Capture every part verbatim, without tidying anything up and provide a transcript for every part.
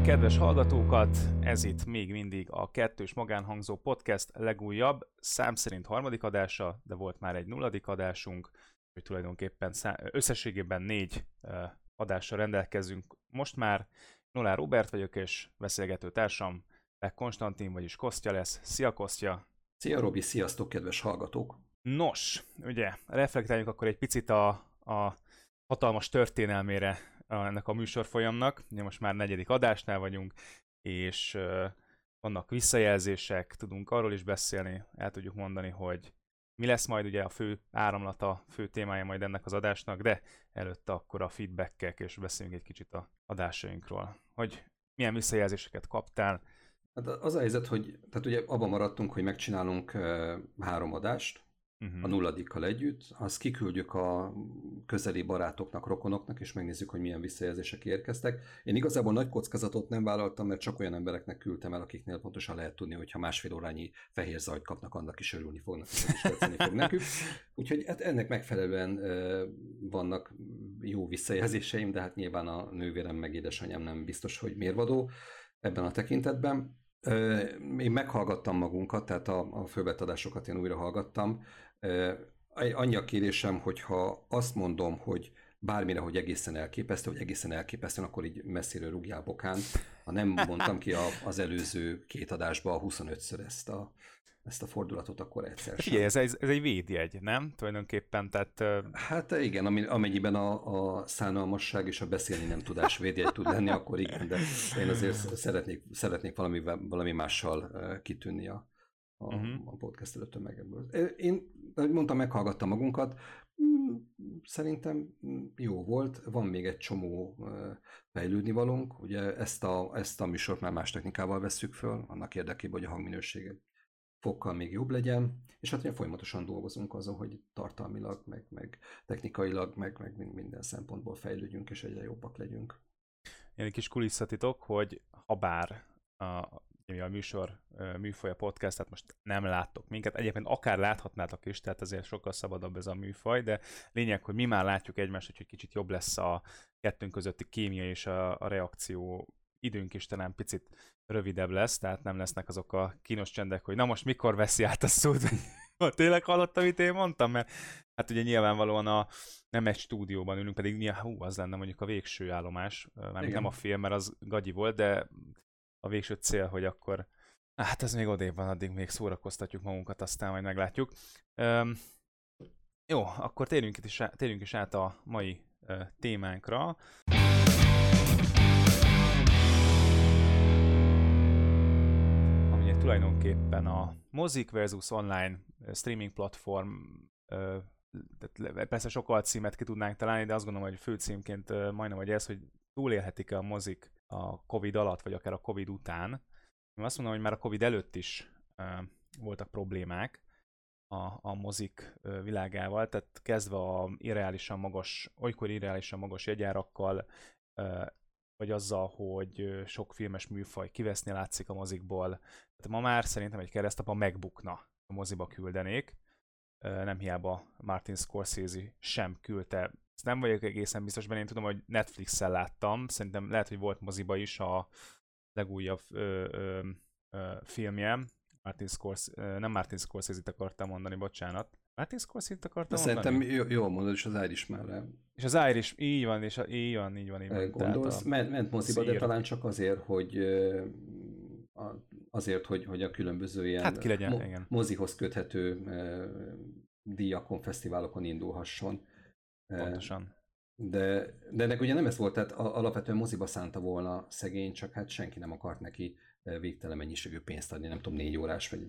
kedves hallgatókat! Ez itt még mindig a Kettős Magánhangzó Podcast legújabb, szám szerint harmadik adása, de volt már egy nulladik adásunk, hogy tulajdonképpen szá- összességében négy uh, adással rendelkezünk most már. Nolár Róbert vagyok, és beszélgető társam Beck Konstantin, vagyis Kostya lesz. Szia Kostya! Szia Robi, sziasztok kedves hallgatók! Nos, ugye, reflektáljunk akkor egy picit a, a hatalmas történelmére ennek a műsorfolyamnak. Ugye most már negyedik adásnál vagyunk, és uh, vannak visszajelzések, tudunk arról is beszélni, el tudjuk mondani, hogy mi lesz majd ugye a fő áramlata, fő témája majd ennek az adásnak, de előtte akkor a feedbackek, és beszéljünk egy kicsit a adásainkról, hogy milyen visszajelzéseket kaptál. Hát az a helyzet, hogy tehát ugye abban maradtunk, hogy megcsinálunk uh, három adást, uh-huh. a nulladikkal együtt, azt kiküldjük a közeli barátoknak, rokonoknak, és megnézzük, hogy milyen visszajelzések érkeztek. Én igazából nagy kockázatot nem vállaltam, mert csak olyan embereknek küldtem el, akiknél pontosan lehet tudni, hogy ha másfél órányi fehér zajt kapnak, annak is örülni fognak, és is tetszeni fog nekük. Úgyhogy hát ennek megfelelően uh, vannak jó visszajelzéseim, de hát nyilván a nővérem meg édesanyám nem biztos, hogy mérvadó ebben a tekintetben. Én meghallgattam magunkat, tehát a, a fölvett adásokat én újra hallgattam. Annyi a kérésem, hogyha azt mondom, hogy bármire, hogy egészen elképesztő, hogy egészen elképesztő, akkor így messziről rúgjál bokán. Ha nem mondtam ki a, az előző két adásban huszonötször ezt a, ezt a fordulatot, akkor egyszer sem. Figyelj, ez, ez, ez egy védjegy, nem? Tulajdonképpen, tehát... Uh... Hát igen, amennyiben a, a szánalmasság és a beszélni nem tudás védjegy tud lenni, akkor igen, de én azért szeretnék, szeretnék valami, valami mással kitűnni a, a, uh-huh. a podcast előtt tömegből. Én, ahogy mondtam, meghallgattam magunkat, szerintem jó volt, van még egy csomó fejlődni valónk, ugye ezt a, ezt a műsort már más technikával vesszük föl, annak érdekében, hogy a hangminőséget fokkal még jobb legyen, és hát ugye folyamatosan dolgozunk azon, hogy tartalmilag, meg, meg technikailag, meg, meg minden szempontból fejlődjünk, és egyre jobbak legyünk. Ilyen kis kulisszatitok, hogy ha bár a, a műsor műfaja podcast, tehát most nem láttok minket, egyébként akár láthatnátok is, tehát azért sokkal szabadabb ez a műfaj, de lényeg, hogy mi már látjuk egymást, hogy kicsit jobb lesz a kettőnk közötti kémia és a, a reakció időnk is talán picit rövidebb lesz, tehát nem lesznek azok a kínos csendek, hogy na most mikor veszi át a szót, tényleg hallott, amit én mondtam, mert hát ugye nyilvánvalóan a, nem egy stúdióban ülünk, pedig nyilván, hú, az lenne mondjuk a végső állomás, mármint nem a film, mert az gagyi volt, de a végső cél, hogy akkor, hát ez még odébb van, addig még szórakoztatjuk magunkat, aztán majd meglátjuk. Üm, jó, akkor térjünk is, térjünk is át a mai uh, témánkra. Tulajdonképpen a mozik versus online streaming platform, persze sok alcímet ki tudnánk találni, de azt gondolom, hogy főcímként majdnem vagy ez, hogy túlélhetik-e a mozik a Covid alatt, vagy akár a Covid után. Én azt mondom, hogy már a Covid előtt is voltak problémák a, a mozik világával, tehát kezdve a irreálisan magas, olykor irreálisan magas jegyárakkal, vagy azzal, hogy sok filmes műfaj kiveszni látszik a mozikból. Tehát ma már szerintem egy keresztapa megbukna, a moziba küldenék. Nem hiába Martin Scorsese sem küldte. Ezt nem vagyok egészen biztos benne, én tudom, hogy Netflixen láttam. Szerintem lehet, hogy volt moziba is a legújabb ö, ö, ö, filmje. Martin Scorsese, nem Martin Scorsese-t akartam mondani, bocsánat. Martin Scorsese-t akartam mondani? Szerintem jól mondod, és az Irishman-re. És az Irish, így van, és a, így van, így van, így van. Gondolsz, a... ment, ment moziba, szír. De talán csak azért, hogy azért, hogy, hogy a különböző ilyen hát ki legyen, mo- igen. mozihoz köthető díjakon, fesztiválokon indulhasson. Pontosan. De, de ennek ugye nem ez volt, tehát alapvetően moziba szánta volna szegény, csak hát senki nem akart neki végtelen mennyiségű pénzt adni, nem tudom, négy órás, vagy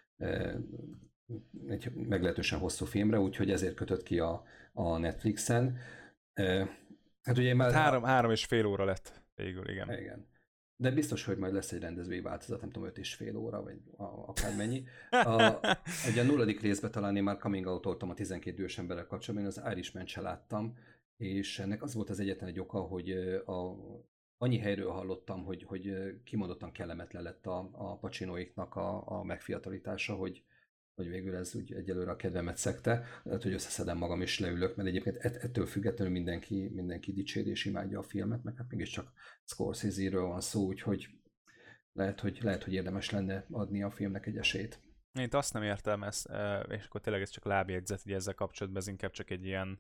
egy meglehetősen hosszú filmre, úgyhogy ezért kötött ki a, a Netflixen. Hát ugye már... Hát három, három és fél óra lett végül, igen. Igen. De biztos, hogy majd lesz egy rendezői változat, nem tudom, öt és fél óra, vagy akármennyi. A, ugye a nulladik részben talán én már coming out-oltam a tizenkét idős emberrel kapcsolatban, én az Irishman-t se láttam, és ennek az volt az egyetlen egy oka, hogy a, annyi helyről hallottam, hogy, hogy kimondottan kellemetlen lett a, a Pacinoiknak a, a megfiatalítása, hogy hogy végül ez úgy egyelőre a kedvemet szegte, lehet, hogy összeszedem magam és leülök, mert egyébként ettől függetlenül mindenki, mindenki dicséri és imádja a filmet, meg hát mégiscsak Scorsese-ről van szó, úgyhogy lehet, hogy, lehet, hogy érdemes lenne adni a filmnek egy esélyt. Én itt azt nem értem ezt, és akkor tényleg ez csak lábjegyzet, ugye ezzel kapcsolatban ez inkább csak egy ilyen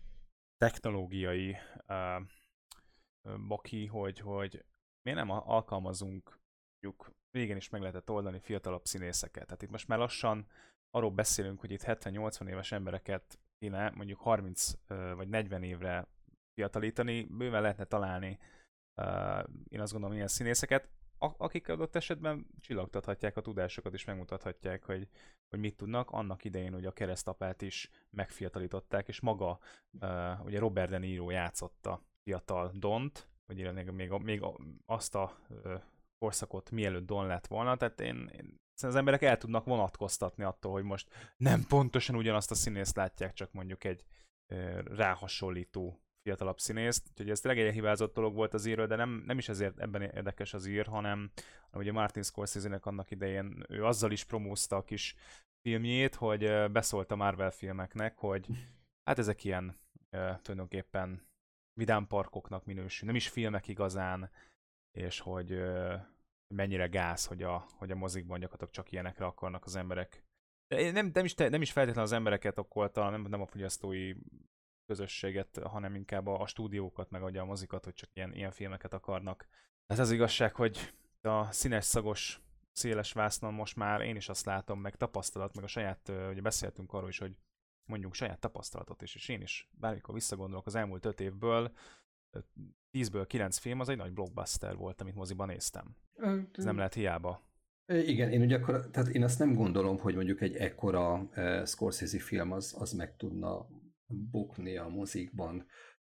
technológiai uh, baki, hogy, hogy miért nem alkalmazunk, mondjuk régen is meg lehetett oldani fiatalabb színészeket. Tehát itt most már lassan arról beszélünk, hogy itt hetven-nyolcvan éves embereket kéne mondjuk harminc vagy negyven évre fiatalítani, bőven lehetne találni, uh, én azt gondolom, ilyen színészeket, akik adott esetben csillagtathatják a tudásokat és megmutathatják, hogy, hogy mit tudnak. Annak idején ugye a Keresztapát is megfiatalították, és maga uh, ugye Robert De Niro játszotta fiatal Dont, vagy még, még, még azt a uh, korszakot mielőtt Don lett volna, tehát én, én az emberek el tudnak vonatkoztatni attól, hogy most nem pontosan ugyanazt a színészt látják, csak mondjuk egy uh, ráhasonlító fiatalabb színészt, úgyhogy ez tényleg egy hibázott dolog volt az írről, de nem, nem is ezért ebben érdekes az ír, hanem, hanem ugye Martin Scorsese-nek annak idején ő azzal is promózta a kis filmjét, hogy beszólt a Marvel filmeknek, hogy hát ezek ilyen tulajdonképpen vidám parkoknak minősül, nem is filmek igazán, és hogy mennyire gáz, hogy a, hogy a mozikban gyakorlatilag csak ilyenekre akarnak az emberek. De nem, nem, is, nem is feltétlenül az embereket okkolta, nem, nem a fogyasztói közösséget, hanem inkább a, a stúdiókat, meg a mozikat, hogy csak ilyen, ilyen filmeket akarnak. Ez az igazság, hogy a színes, szagos, széles vásznon most már én is azt látom, meg tapasztalat, meg a saját, ugye beszéltünk arról is, hogy mondjuk saját tapasztalatot is, és én is bármikor visszagondolok az elmúlt öt évből, tízből kilenc film az egy nagy blockbuster volt, amit moziban néztem. Ez nem lehet hiába. Igen, én ugye akkor, tehát én azt nem gondolom, hogy mondjuk egy ekkora uh, Scorsese film az, az meg tudna bukni a mozikban.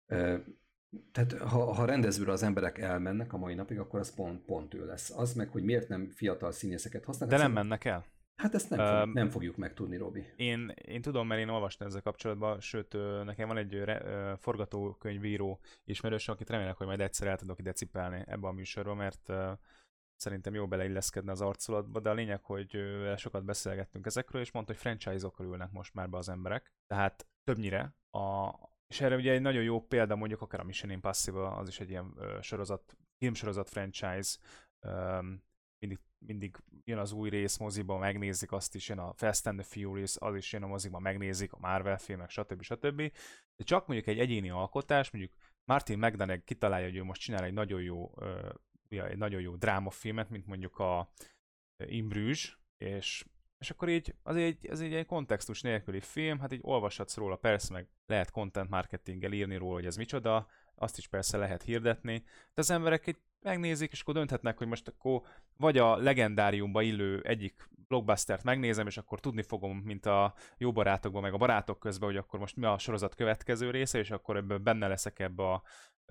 Tehát ha, ha rendezőre az emberek elmennek a mai napig, akkor az pont, pont ő lesz. Az meg, hogy miért nem fiatal színészeket használnak. De nem mennek el. Hát ezt nem, um, fog, nem fogjuk megtudni, Robi. Én, én tudom, mert én olvastam ezzel kapcsolatban, sőt, nekem van egy re, forgatókönyvíró ismerősöm, akit remélek, hogy majd egyszer el tudok ide cipelni ebbe a műsorba, mert uh, szerintem jó beleilleszkedne az arculatba, de a lényeg, hogy uh, sokat beszélgettünk ezekről, és mondta, hogy franchise-okkal ülnek most már be az emberek. Tehát többnyire. A, és erre ugye egy nagyon jó példa, mondjuk akár a Mission Impossible, az is egy ilyen uh, sorozat, filmsorozat franchise, um, mindig, mindig jön az új rész moziba, megnézik, azt is jön a Fast and the Furious, az is jön a moziba, megnézik, a Marvel filmek, stb. stb. De csak mondjuk egy egyéni alkotás, mondjuk Martin McDonagh kitalálja, hogy ő most csinál egy nagyon jó, uh, egy nagyon jó drámafilmet, mint mondjuk a In Bruges, és És akkor így, az egy, az egy, egy kontextus nélküli film, hát így olvashatsz róla, persze, meg lehet content marketinggel írni róla, hogy ez micsoda, azt is persze lehet hirdetni, de az emberek így megnézik, és akkor dönthetnek, hogy most akkor vagy a legendáriumba illő egyik blockbustert megnézem, és akkor tudni fogom, mint a jó barátokban, meg a barátok közben, hogy akkor most mi a sorozat következő része, és akkor ebből benne leszek ebbe a,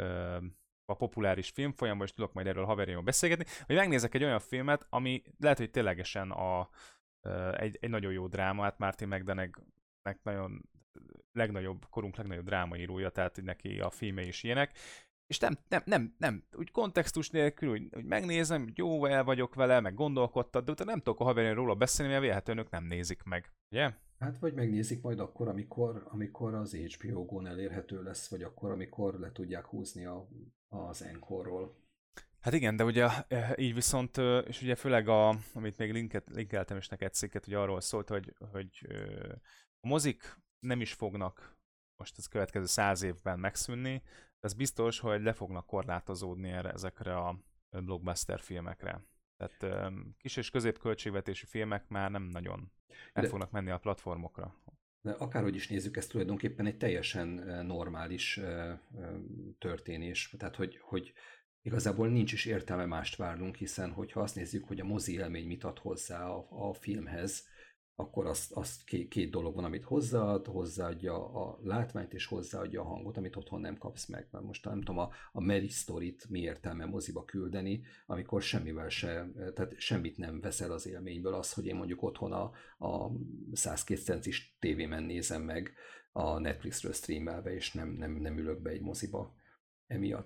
a populáris filmfolyamban, és tudok majd erről a haverjaimmal beszélgetni, vagy megnézek egy olyan filmet, ami lehet, hogy ténylegesen a Egy, egy nagyon jó dráma, hát Martin McDonagh-nek nagyon legnagyobb, korunk legnagyobb drámaírója, tehát neki a filmei is ilyenek, és nem, nem, nem, nem, úgy kontextus nélkül, úgy, úgy megnézem, hogy jó el vagyok vele, meg gondolkodtad, de utána nem tudok a haverjaim róla beszélni, mert véletlenül ők nem nézik meg, ugye? Hát vagy megnézik majd akkor, amikor, amikor az há bé o Go-n elérhető lesz, vagy akkor, amikor le tudják húzni a, az Encore-ról. Hát igen, de ugye így viszont, és ugye főleg a, amit még linket, linkeltem is neked cikket, ugye arról szólt, hogy, hogy a mozik nem is fognak most az következő száz évben megszűnni, de az biztos, hogy le fognak korlátozódni erre, ezekre a blockbuster filmekre. Tehát kis és középköltségvetésű filmek már nem nagyon el de, fognak menni a platformokra. De akárhogy is nézzük, ez tulajdonképpen egy teljesen normális történés. Tehát, hogy, hogy igazából nincs is értelme mást várnunk, hiszen hogyha azt nézzük, hogy a mozi élmény mit ad hozzá a, a filmhez, akkor azt, azt két, két dolog van, amit hozzáad, hozzáadja a látványt, és hozzáadja a hangot, amit otthon nem kapsz meg. Mert most nem tudom, a, a Mary Story-t mi értelme moziba küldeni, amikor semmivel se, tehát semmit nem veszel az élményből, az, hogy én mondjuk otthon a, a százkettő centis tévémen nézem meg a Netflixről streamelve, és nem, nem, nem ülök be egy moziba emiatt.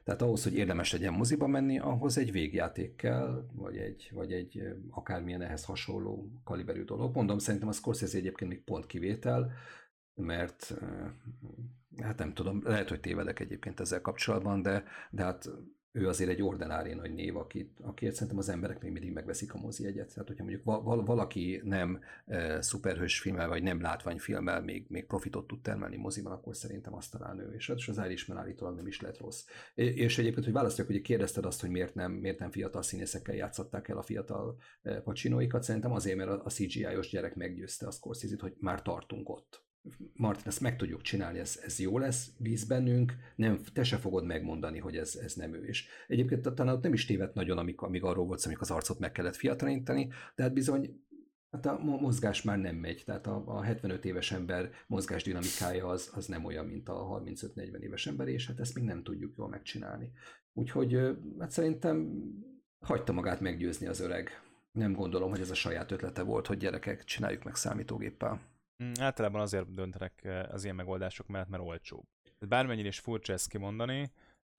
Tehát ahhoz, hogy érdemes legyen moziba menni, ahhoz egy végjáték kell, vagy egy, vagy egy akármilyen ehhez hasonló kaliberű dolog. Mondom, szerintem a Scorsese egyébként még pont kivétel, mert hát nem tudom, lehet, hogy tévedek egyébként ezzel kapcsolatban, de, de hát ő azért egy ordinári nagy név, akit, akiért szerintem az emberek még mindig megveszik a mozi jegyet. Tehát, hogyha mondjuk val- valaki nem e, szuperhős filmmel, vagy nem látványfilmmel még, még profitot tud termelni moziban, akkor szerintem azt talán ő. És az Irishman állítólag nem is lett rossz. És egyébként, hogy választják, hogy kérdezted azt, hogy miért nem, miért nem fiatal színészekkel játszották el a fiatal Pacinoikat, szerintem azért, mert a cé gé í-os gyerek meggyőzte a Scorsese-t, hogy már tartunk ott. Martin, ezt meg tudjuk csinálni, ez, ez jó lesz, bíz bennünk, nem, te se fogod megmondani, hogy ez, ez nem ő. És egyébként talán ott nem is tévedt nagyon, amíg, amíg arról volt, amíg az arcot meg kellett fiatalítani, de hát bizony hát a mozgás már nem megy, tehát a, a hetvenöt éves ember mozgásdinamikája az, az nem olyan, mint a harmincöt-negyven éves ember, és hát ezt még nem tudjuk jól megcsinálni. Úgyhogy hát szerintem hagyta magát meggyőzni az öreg. Nem gondolom, hogy ez a saját ötlete volt, hogy gyerekek, csináljuk meg számítógéppel. Általában azért döntenek az ilyen megoldások mellett, mert olcsóbb. Bármennyire is furcsa ezt kimondani,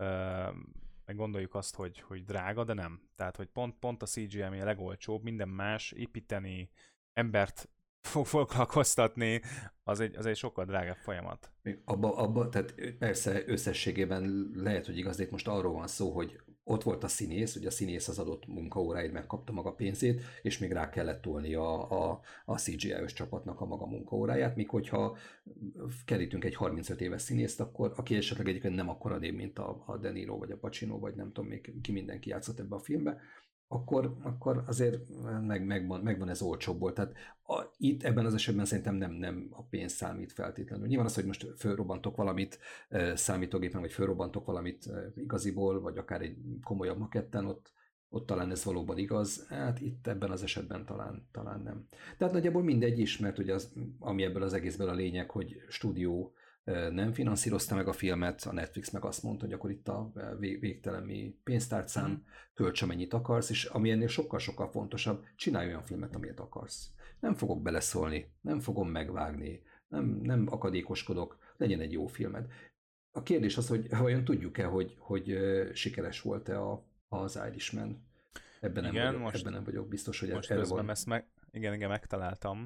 meg gondoljuk azt, hogy, hogy drága, de nem. Tehát, hogy pont, pont a cé gé í a legolcsóbb, minden más építeni, embert fog foglalkoztatni, az egy, az egy sokkal drágább folyamat. Abba, abba, tehát persze összességében lehet, hogy igaz, de itt most arról van szó, hogy ott volt a színész, ugye a színész az adott munkaóráid megkapta maga pénzét, és még rá kellett tolni a, a, a cé gé í-os csapatnak a maga munkaóráját, míg hogyha kerítünk egy harmincöt éves színészt, akkor aki esetleg egyébként nem akkora név, mint a, a De Niro, vagy a Pacino, vagy nem tudom még ki mindenki játszott ebbe a filmbe, akkor, akkor azért meg, megvan, megvan ez olcsóbbból. Tehát a, itt ebben az esetben szerintem nem, nem a pénz számít feltétlenül. Nyilván az, hogy most fölrobbantok valamit e, számítógépen, vagy fölrobbantok valamit e, igaziból, vagy akár egy komolyabb maketten, ott, ott talán ez valóban igaz. Hát itt ebben az esetben talán, talán nem. Tehát nagyjából mindegy is, mert ugye az, ami ebből az egészből a lényeg, hogy stúdió nem finanszírozta meg a filmet, a Netflix meg azt mondta, hogy akkor itt a végtelemi pénztárcám, mm. költs amennyit akarsz, és ami ennél sokkal-sokkal fontosabb, csinálj olyan filmet, amilyet akarsz. Nem fogok beleszólni, nem fogom megvágni, nem, nem akadékoskodok, legyen egy jó filmed. A kérdés az, hogy vajon tudjuk-e, hogy, hogy sikeres volt-e a, az Irishman. Ebben nem, igen, vagyok, most, ebben nem vagyok biztos, hogy most erre van. Ezt meg, igen, igen, megtaláltam.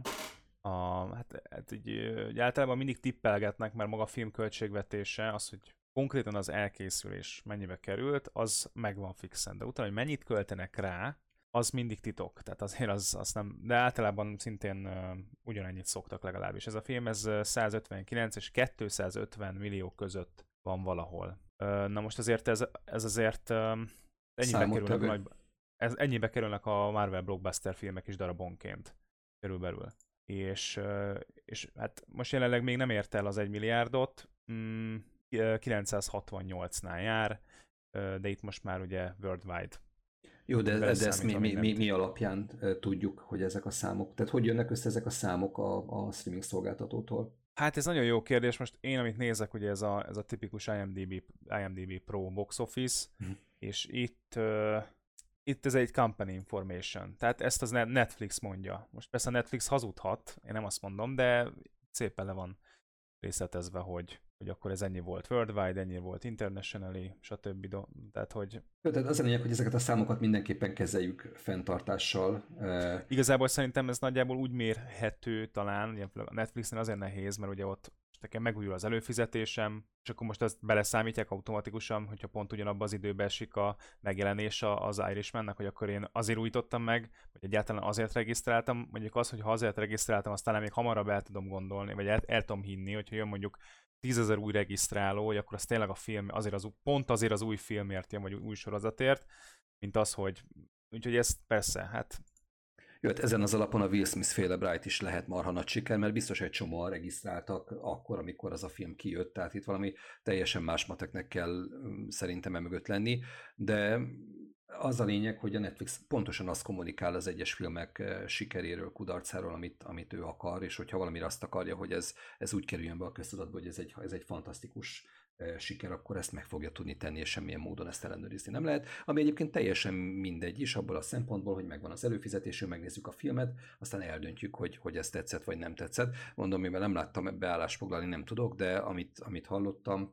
A, hát, hát így, így általában mindig tippelgetnek, mert maga a film költségvetése, az, hogy konkrétan az elkészülés mennyibe került, az meg van fixen. De utána, hogy mennyit költenek rá, az mindig titok. Tehát azért az, az nem, de általában szintén uh, ugyanennyit szoktak legalábbis. Ez a film, ez százötvenkilenc és kétszázötven millió között van valahol. Uh, na most azért ez, ez azért uh, ennyibe kerülnek, a nagy, ez, ennyibe kerülnek a Marvel blockbuster filmek is darabonként körülbelül. És, és hát most jelenleg még nem ért el az egy milliárdot, mm, kilencszázhatvannyolcnál jár, de itt most már ugye worldwide. Jó, de, de ezt mi, mi, mi, mi alapján tudjuk, hogy ezek a számok, tehát hogy jönnek össze ezek a számok a, a streaming szolgáltatótól? Hát ez nagyon jó kérdés, most én amit nézek, ugye ez a, ez a tipikus IMDb, IMDb Pro Box Office, hm. és itt... Itt ez egy company information, tehát ezt az Netflix mondja. Most persze a Netflix hazudhat, én nem azt mondom, de szépen le van részletezve, hogy, hogy akkor ez ennyi volt worldwide, ennyi volt internationally, stb. Tehát, hogy... Tehát az a lényeg, hogy ezeket a számokat mindenképpen kezeljük fenntartással. Igazából szerintem ez nagyjából úgy mérhető talán, ugye a Netflixnél azért nehéz, mert ugye ott nekem megújul az előfizetésem, és akkor most ezt beleszámítják automatikusan, hogyha pont ugyanabban az időben esik a megjelenés az Irishmannek, hogy akkor én azért újítottam meg, vagy egyáltalán azért regisztráltam, mondjuk az, hogy ha azért regisztráltam, azt talán még hamarabb el tudom gondolni, vagy el, el tudom hinni, hogyha jön mondjuk tízezer új regisztráló, hogy akkor az tényleg a film, azért az, pont azért az új filmért jön, vagy új sorozatért, mint az, hogy úgyhogy ez persze, hát Jó, hát ezen az alapon a Will Smith féle Bright is lehet marha nagy siker, mert biztos egy csomóan regisztráltak akkor, amikor az a film kijött, tehát itt valami teljesen más mateknek kell szerintem emögött lenni, de az a lényeg, hogy a Netflix pontosan azt kommunikál az egyes filmek sikeréről, kudarcáról, amit, amit ő akar, és hogyha valamire azt akarja, hogy ez, ez úgy kerüljön be a köztudatba, hogy ez egy, ez egy fantasztikus siker, akkor ezt meg fogja tudni tenni, és semmilyen módon ezt ellenőrizni nem lehet. Ami egyébként teljesen mindegy is, abból a szempontból, hogy megvan az előfizetésünk, megnézzük a filmet, aztán eldöntjük, hogy, hogy ez tetszett, vagy nem tetszett. Mondom, mivel nem láttam ebbe állásfoglalni, nem tudok, de amit, amit hallottam,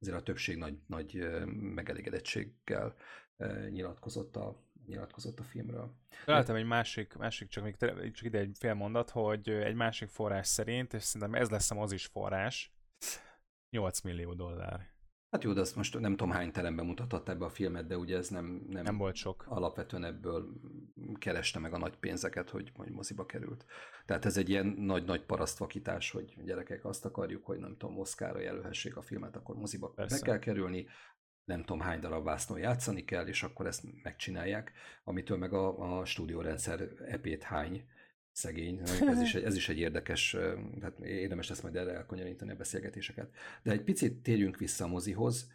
azért a többség nagy, nagy megelégedettséggel nyilatkozott a, nyilatkozott a filmről. Találtam egy másik, másik csak még csak ide egy fél mondat, hogy egy másik forrás szerint, és szerintem ez lesz a mozis forrás, nyolc millió dollár. Hát jó, de azt most nem tudom hány teremben mutathatta ebbe a filmet, de ugye ez nem, nem, nem volt sok. Alapvetően ebből kereste meg a nagy pénzeket, hogy, hogy moziba került. Tehát ez egy ilyen nagy-nagy parasztvakítás, hogy gyerekek azt akarjuk, hogy nem tudom, Oscarra jelölhessék a filmet, akkor moziba Persze. meg kell kerülni, nem tudom hány darab vásznon játszani kell, és akkor ezt megcsinálják, amitől meg a, a stúdiórendszer epét hány szegény. Ez is, egy, ez is egy érdekes, tehát érdemes lesz majd erre elkonyarítani a beszélgetéseket. De egy picit térjünk vissza a mozihoz.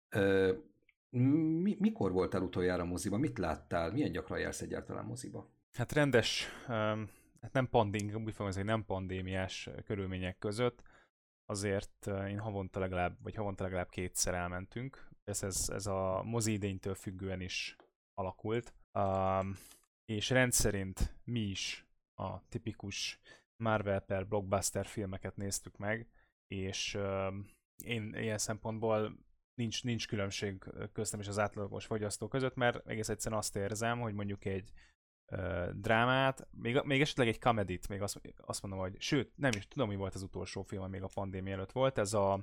Mi, mikor voltál utoljára moziba? Mit láttál? Milyen gyakran jársz egyáltalán moziba? Hát rendes, hát nem pandémiás, úgy fogom mondani, nem pandémiás körülmények között. Azért én havonta legalább, vagy havonta legalább kétszer elmentünk. Ez, ez, ez a mozi idénytől függően is alakult. Um, és rendszerint mi is a tipikus Marvel per blockbuster filmeket néztük meg, és um, én ilyen szempontból nincs, nincs különbség köztem és az átlagos fogyasztó között, mert egész egyszerűen azt érzem, hogy mondjuk egy uh, drámát, még, még esetleg egy comedit, még azt, azt mondom, hogy sőt, nem is tudom, mi volt az utolsó film, még a pandémia előtt volt, ez a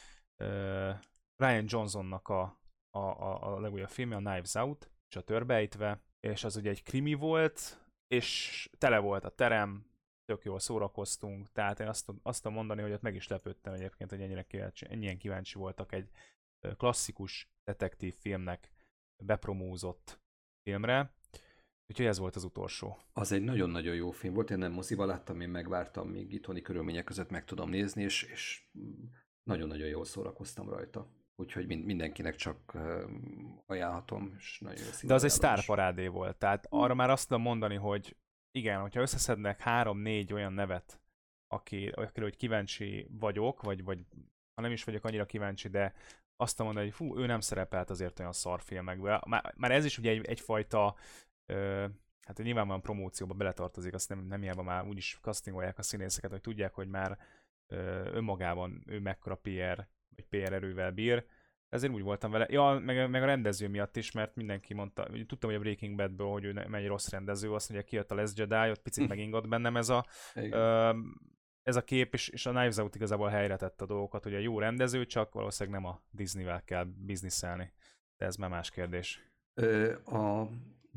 uh, Ryan Johnsonnak a, a, a, a legújabb filmje, a Knives Out, és a Törbeejtve, és az ugye egy krimi volt, és tele volt a terem, tök jól szórakoztunk, tehát én azt, azt tudom mondani, hogy ott meg is lepődtem egyébként, hogy ennyire kíváncsi, ennyien kíváncsi voltak egy klasszikus detektív filmnek bepromózott filmre, úgyhogy ez volt az utolsó. Az egy nagyon-nagyon jó film volt, én nem moziba láttam, én megvártam, míg itthoni körülmények között meg tudom nézni, és, és nagyon-nagyon jól szórakoztam rajta. Úgyhogy mindenkinek csak ajánlhatom, és nagyon jó. De az egy sztárparádé volt, tehát arra már azt tudom mondani, hogy igen, hogyha összeszednek három-négy olyan nevet, aki, akiről hogy kíváncsi vagyok, vagy, vagy ha nem is vagyok annyira kíváncsi, de azt tudom mondani, hogy fú, ő nem szerepelt azért olyan szarfilmekben. Már, már ez is ugye egy, egyfajta, ö, hát nyilvánvalóan promócióba beletartozik, azt nem, nem ilyenben már úgyis castingolják a színészeket, hogy tudják, hogy már ö, önmagában ő mekkora pé er, vagy pé er erővel bír. Ezért úgy voltam vele. Ja, meg, meg a rendező miatt is, mert mindenki mondta, tudtam, hogy a Breaking Badből, hogy ő egy rossz rendező, azt mondja, kijött a Last Jedi, ott picit megingott bennem ez a, ö, ez a kép, és, és a Knives Out igazából helyre tett a dolgokat, hogy a jó rendező, csak valószínűleg nem a Disneyvel kell bizniszelni. De ez már más kérdés. Ö, a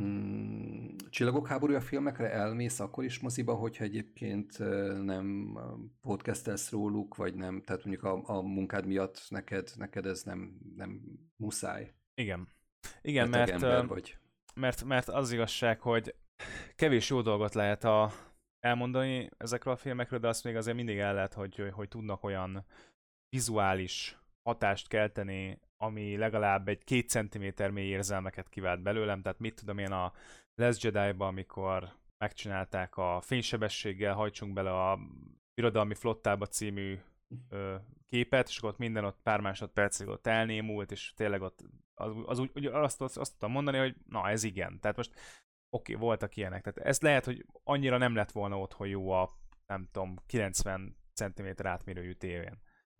mm, Csillagok háborúja filmekre elmész akkor is moziba, hogyha egyébként nem podcastelsz róluk, vagy nem, tehát mondjuk a, a munkád miatt neked, neked ez nem, nem muszáj. Igen. Igen, mert, ember vagy. Mert, mert az igazság, hogy kevés jó dolgot lehet a, elmondani ezekről a filmekről, de azt még azért mindig el lehet, hogy, hogy tudnak olyan vizuális hatást kelteni, ami legalább egy két centiméter mély érzelmeket kivált belőlem, tehát mit tudom én a Last Jedi-ba, amikor megcsinálták a Fénysebességgel hajtsunk bele a Birodalmi Flottába című ö, képet, és akkor ott minden ott pár másodpercig ott elnémult, és tényleg ott az, az úgy, úgy azt, azt, azt tudtam mondani, hogy na ez igen. Tehát most oké, okay, voltak ilyenek. Tehát ez lehet, hogy annyira nem lett volna ott, hogy jó a, nem tudom, kilencven centiméter átmérőjű tévén.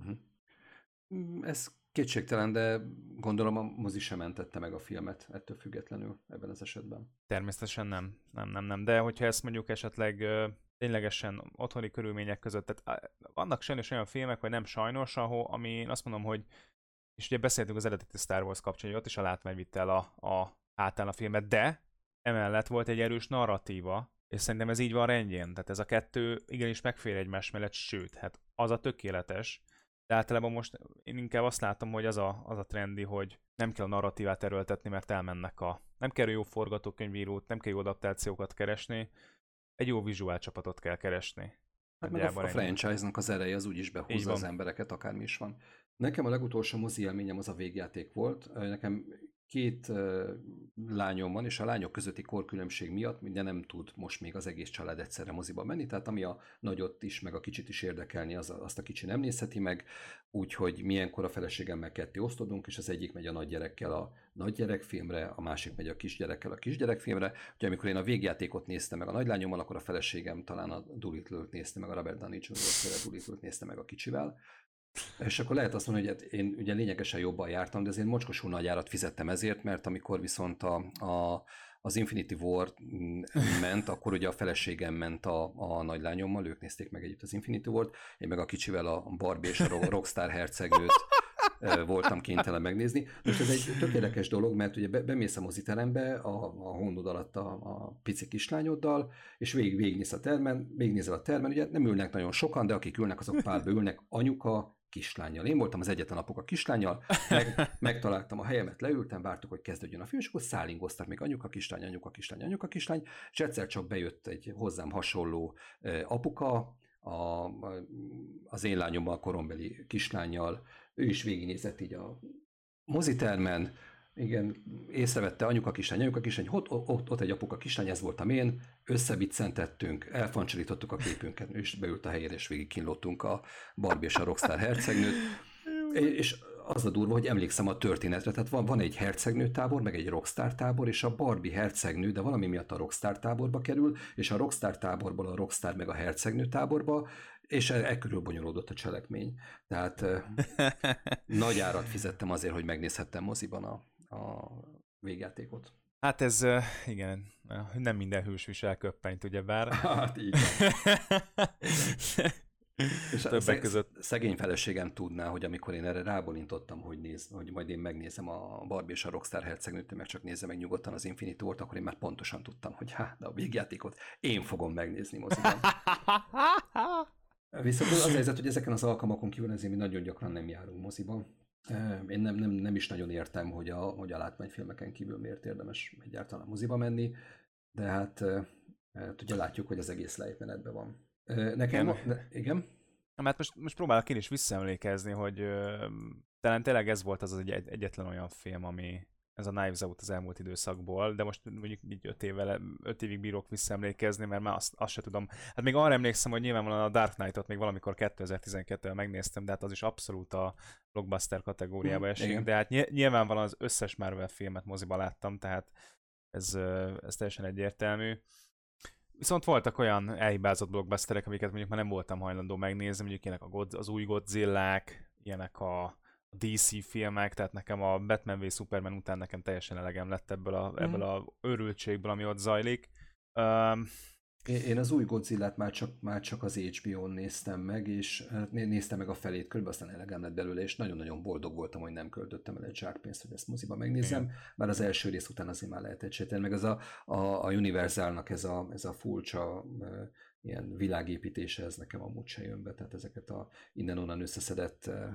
Uh-huh. Ez kétségtelen, de gondolom a mozi sem mentette meg a filmet ettől függetlenül ebben az esetben. Természetesen nem. Nem, nem, nem. De hogyha ezt mondjuk esetleg ö, ténylegesen otthoni körülmények között, tehát vannak sajnos olyan filmek, vagy nem sajnos, ahol, ami én azt mondom, hogy és ugye beszéltünk az eredeti Star Wars kapcsán, hogy ott is a látvány vitte el a, a hátán a filmet, de emellett volt egy erős narratíva, és szerintem ez így van rendjén. Tehát ez a kettő igenis megfér egymás mellett, sőt, hát az a tökéletes. De általában most én inkább azt látom, hogy az a, az a trendi, hogy nem kell a narratívát erőltetni, mert elmennek a... Nem kell jó forgatókönyvírót, nem kell jó adaptációkat keresni, egy jó vizuál csapatot kell keresni. Hát meg a, a franchise-nak az ereje az úgyis behúzza az embereket, akármi is van. Nekem a legutolsó mozi élményem az a végjáték volt. Nekem két uh, lányom van, és a lányok közötti korkülönbség miatt ugye nem tud most még az egész család egyszerre moziba menni, tehát ami a nagyot is, meg a kicsit is érdekelni, az, azt a kicsi nem nézheti meg, úgyhogy milyenkor a feleségemmel ketté osztodunk, és az egyik megy a nagygyerekkel a nagygyerekfilmre, a másik megy a kisgyerekkel a kisgyerekfilmre. Úgyhogy amikor én a végjátékot néztem meg a nagylányommal, akkor a feleségem talán a Doolittle-t nézte meg, a Robert Downey junior féle Doolittle-t nézte meg a kicsivel. És akkor lehet azt mondani, hogy hát én ugye lényegesen jobban jártam, de azért mocskosul nagy árat fizettem ezért, mert amikor viszont a, a, az Infinity War ment, akkor ugye a feleségem ment a, a nagylányommal, ők nézték meg együtt az Infinity War-t, én meg a kicsivel a Barbie és a Rockstar hercegnőt voltam kénytelen megnézni. Most ez egy tök érdekes dolog, mert ugye bemész a moziterembe a, a hónod alatt a, a pici kislányoddal, és végig, végignéz a termen, végignézel a termen, ugye nem ülnek nagyon sokan, de akik ülnek, azok párba ülnek, anyuka, kislánnyal. Én voltam az egyetlen apuka kislánnyal, meg, megtaláltam a helyemet, leültem, vártuk, hogy kezdődjön a film, és akkor szállingoztak még anyuka, kislány, anyuka, kislány, anyuka, kislány, és egyszer csak bejött egy hozzám hasonló apuka, a, az én lányommal, korombeli kislánnyal, ő is végignézett így a mozitermen, igen, észrevette anyuka kislány, anyuka kislány, ott, ott, ott egy apuka kislány, ez voltam én, összebiccentettünk, elfancsolítottuk a képünket, és beült a helyére, és végig kínlottunk a Barbie és a Rockstar hercegnőt. És az a durva, hogy emlékszem a történetre, tehát van, van egy hercegnő tábor, meg egy Rockstar tábor, és a Barbie hercegnő, de valami miatt a Rockstar táborba kerül, és a Rockstar táborból a Rockstar meg a hercegnő táborba, és e körül bonyolódott a cselekmény. Tehát nagy árat fizettem azért, hogy megnézhettem moziban a, a végjátékot. Hát ez, igen, nem minden hős visel köppenyt, ugyebár. Hát így. És többek szeg, között szegény feleségem tudná, hogy amikor én erre rábólintottam, hogy, néz, hogy majd én megnézem a Barbie és a Rockstar hercegnőt, meg csak nézze meg nyugodtan az Infinity War-t, akkor én már pontosan tudtam, hogy hát, de a végjátékot én fogom megnézni moziban. Viszont az a helyzet, hogy ezeken az alkalmakon kívül ezért mi nagyon gyakran nem járunk moziban. Én nem, nem, nem is nagyon értem, hogy a, hogy a látványfilmeken kívül miért érdemes egyáltalán moziba menni, de hát, hát ugye látjuk, hogy az egész lejtmenetben van. Nekem, igen. Ne, igen? Hát most, most próbálok én is visszaemlékezni, hogy ö, talán tényleg ez volt az, az egy, egyetlen olyan film, ami ez a Knives Out az elmúlt időszakból, de most mondjuk így öt, évvel, öt évig bírok visszaemlékezni, mert már azt, azt se tudom. Hát még arra emlékszem, hogy nyilvánvalóan a Dark Knight-ot még valamikor kétezer-tizenkettőben megnéztem, de hát az is abszolút a blockbuster kategóriába esik, igen. De hát nyilvánvalóan az összes Marvel filmet moziba láttam, tehát ez, ez teljesen egyértelmű. Viszont voltak olyan elhibázott blockbusterek, amiket mondjuk már nem voltam hajlandó megnézni, mondjuk ilyenek a God, az új Godzillák, ilyenek a dé cé filmek, tehát nekem a Batman v Superman után nekem teljesen elegem lett ebből a, mm. ebből a őrültségből, ami ott zajlik. Um, Én az új Godzillát már csak, már csak az há bé ó-n néztem meg, és néztem meg a felét körül, aztán elegem lett belőle, és nagyon-nagyon boldog voltam, hogy nem költöttem el egy zsákpénzt, hogy ezt moziba megnézem, igen. Már az első rész után azért már lehet egy sétálni, meg az a, a, a Universalnak ez a, ez a furcsa e, ilyen világépítése, ez nekem amúgy se jön be, tehát ezeket a innen-onnan összeszedett e,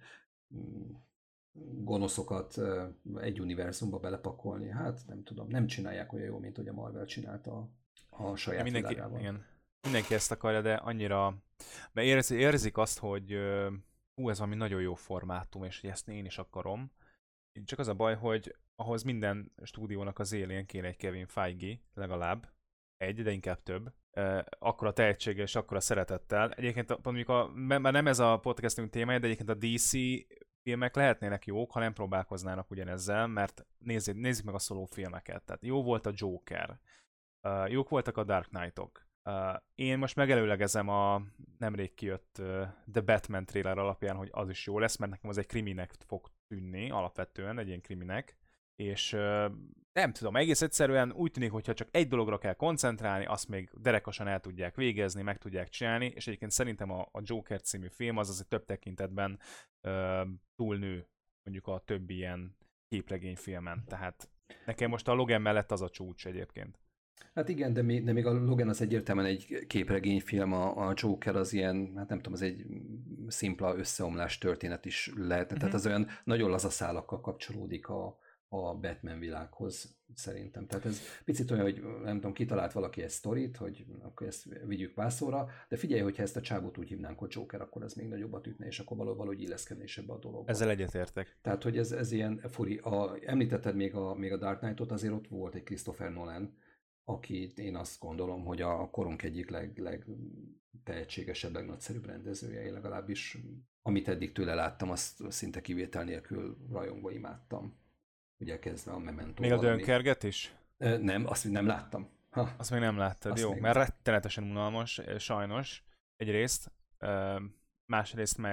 gonoszokat e, egy univerzumba belepakolni, hát nem tudom, nem csinálják olyan jó, mint hogy a Marvel csinálta a saját mindenki, világával. Igen. Mindenki ezt akarja, de annyira... Mert érzi, érzik azt, hogy hú, ez valami nagyon jó formátum, és hogy ezt én is akarom. Csak az a baj, hogy ahhoz minden stúdiónak az élén kéne egy Kevin Feige, legalább. Egy, de inkább több. Akkora tehetséggel és akkora szeretettel. Egyébként mondjuk, a, már nem ez a podcastünk témája, de egyébként a dé cé filmek lehetnének jók, ha nem próbálkoznának ugyanezzel, mert nézzük, nézzük meg a szóló filmeket. Tehát jó volt a Joker. Uh, jók voltak a Dark Knight-ok. Uh, én most megelőlegezem a nemrég kijött uh, The Batman trailer alapján, hogy az is jó lesz, mert nekem az egy kriminek fog tűnni, alapvetően egy ilyen kriminek, és uh, nem tudom, egész egyszerűen úgy tűnik, hogyha csak egy dologra kell koncentrálni, azt még derekosan el tudják végezni, meg tudják csinálni, és egyébként szerintem a, a Joker című film az azért több tekintetben uh, túlnő mondjuk a többi ilyen képregényfilmen, tehát nekem most a Logan mellett az a csúcs egyébként. Hát igen, de még, de még a Logan az egyértelműen egy képregényfilm, a, a Joker az ilyen, hát nem tudom, az egy szimpla összeomlás történet is lehetne, mm-hmm. Tehát az olyan nagyon laza szálakkal kapcsolódik a, a Batman világhoz szerintem. Tehát ez picit olyan, hogy nem tudom, kitalált valaki egy sztorit, hogy akkor ezt vigyük pászóra, de figyelj, hogyha ezt a csábot úgy hívnánk, hogy Joker, akkor ez még nagyobbat ütne, és akkor valahogy illeszkedne is ebbe a dologba. Ezzel egyetértek. Tehát, hogy ez, ez ilyen furi. A, említetted még a, még a Dark Knight-ot, azért ott volt egy Christopher Nolan, akit én azt gondolom, hogy a korunk egyik leg, leg tehetségesebb, legnagyszerűbb rendezője, én legalábbis amit eddig tőle láttam, azt szinte kivétel nélkül rajongva imádtam. Ugye kezdve a Memento. Még a Dönkerget is? Nem, azt nem láttam. Ha. Azt még nem láttad, azt jó, mert rettenetesen unalmas, sajnos, egyrészt, másrészt meg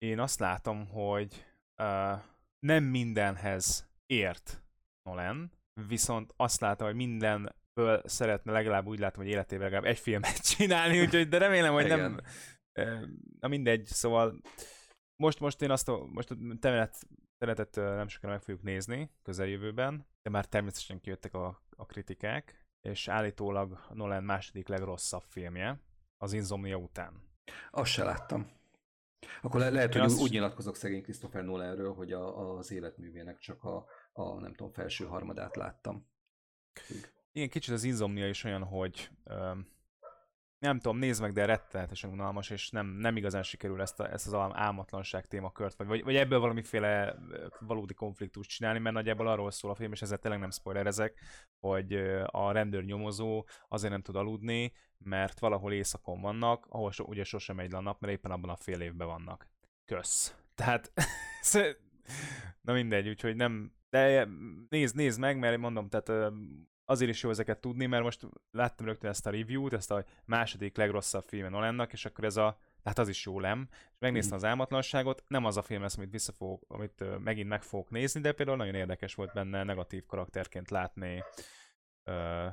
én azt látom, hogy uh, nem mindenhez ért Nolan, viszont azt látom, hogy mindenből szeretne legalább úgy látom, hogy életében legalább egy filmet csinálni, úgyhogy de remélem, hogy nem... Uh, na mindegy, szóval most, most én azt a, most a tenet, tenetet nem sokára meg fogjuk nézni közeljövőben, de már természetesen kijöttek a, a kritikák, és állítólag Nolan második legrosszabb filmje az Insomnia után. Azt se láttam. Akkor le- lehet, én hogy azt... úgy nyilatkozok szegény Christopher Nolanről, hogy a, az életművének csak a, a, nem tudom, felső harmadát láttam. Igen, kicsit az Insomnia is olyan, hogy öm, nem tudom, nézd meg, de rettenetesen unalmas, és nem, nem igazán sikerül ezt, a, ezt az álmatlanság témakört, vagy, vagy ebből valamiféle valódi konfliktust csinálni, mert nagyjából arról szól a film, és ezzel tényleg nem spoilerezek, hogy a rendőr nyomozó azért nem tud aludni, mert valahol éjszakon vannak, ahol so, ugye sosem megy le a nap, mert éppen abban a fél évben vannak. Kösz. Tehát, na mindegy, úgyhogy nem, de nézd, nézd meg, mert mondom, tehát azért is jó ezeket tudni, mert most láttam rögtön ezt a review-t, ezt a második legrosszabb filmen Nolannak, és akkor ez a, tehát az is jó lem, és megnéztem az álmatlanságot, nem az a film lesz, amit visszafogok, amit uh, megint meg fogok nézni, de például nagyon érdekes volt benne negatív karakterként látni uh,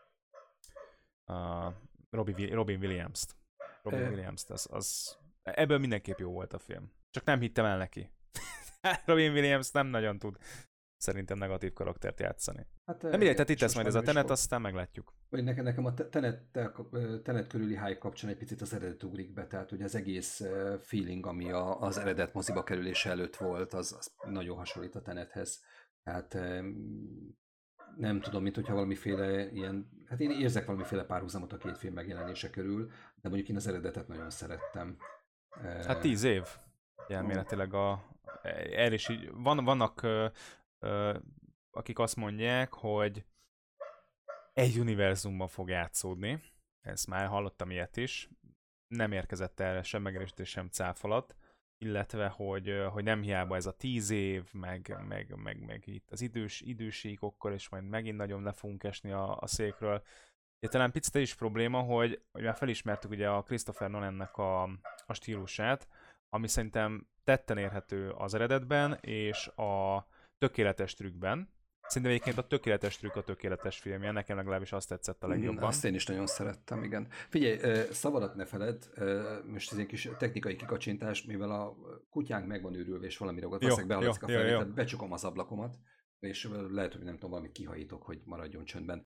uh, Robin, Robin Williams-t. Robin Williams-t, az, az, ebből mindenképp jó volt a film. Csak nem hittem el neki. Robin Williams nem nagyon tud szerintem negatív karaktert játszani. Hát, nem mindegy, tehát itt lesz majd ez a Tenet, volt. Aztán meglátjuk. Nekem, nekem a tenet, tenet körüli hype kapcsán egy picit az eredet ugrik be, tehát hogy az egész feeling, ami a, az eredet moziba kerülése előtt volt, az, az nagyon hasonlít a Tenethez. Tehát nem tudom, mint hogyha valamiféle ilyen, hát én érzek valamiféle párhuzamot a két film megjelenése körül, de mondjuk én az eredetet nagyon szerettem. Hát tíz év. Elméletileg a, erre is így, van, vannak Uh, akik azt mondják, hogy egy univerzumban fog játszódni. Ezt már hallottam ilyet is. Nem érkezett erre sem megerősítés, sem cáfolat. Illetve, hogy, hogy nem hiába ez a tíz év, meg, meg, meg, meg itt az idős, idősíkokkal, és majd megint nagyon le fogunk esni a, a székről. Ugye talán picit is probléma, hogy, hogy már felismertük ugye a Christopher Nolannek a, a stílusát, ami szerintem tetten érhető az eredetben, és a tökéletes trükkben. Szerintem egyébként a tökéletes trükk a tökéletes filmje, nekem legalábbis azt tetszett a legjobban. Azt én is nagyon szerettem, igen. Figyelj, szavadat ne feled, most ez egy kis technikai kikacsintás, mivel a kutyánk meg van őrülve, és valamire ott veszek behallatszik a felvételt, becsukom az ablakomat, és lehet, hogy nem tudom, valamit kihajítok, hogy maradjon csöndben.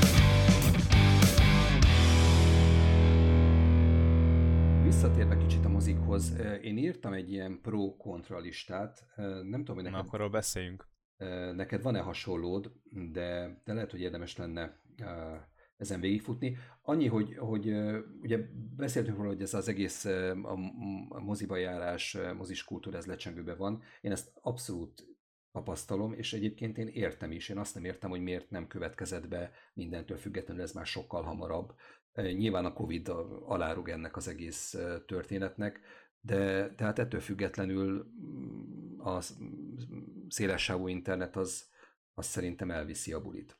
Visszatérve kicsit a mozikhoz, én írtam egy ilyen pro-kontra listát, nem tudom, hogy neked... Na, akkor arról beszéljünk. Neked van-e hasonlód, de, de lehet, hogy érdemes lenne ezen végigfutni. Annyi, hogy, hogy ugye beszéltünk róla, hogy ez az egész a moziba járás, mozis kultúra, ez lecsengőben van. Én ezt abszolút tapasztalom, és egyébként én értem is. Én azt nem értem, hogy miért nem következett be mindentől függetlenül, ez már sokkal hamarabb. Nyilván a Covid alárug ennek az egész történetnek, de tehát ettől függetlenül a szélessávú internet az, az szerintem elviszi a bulit.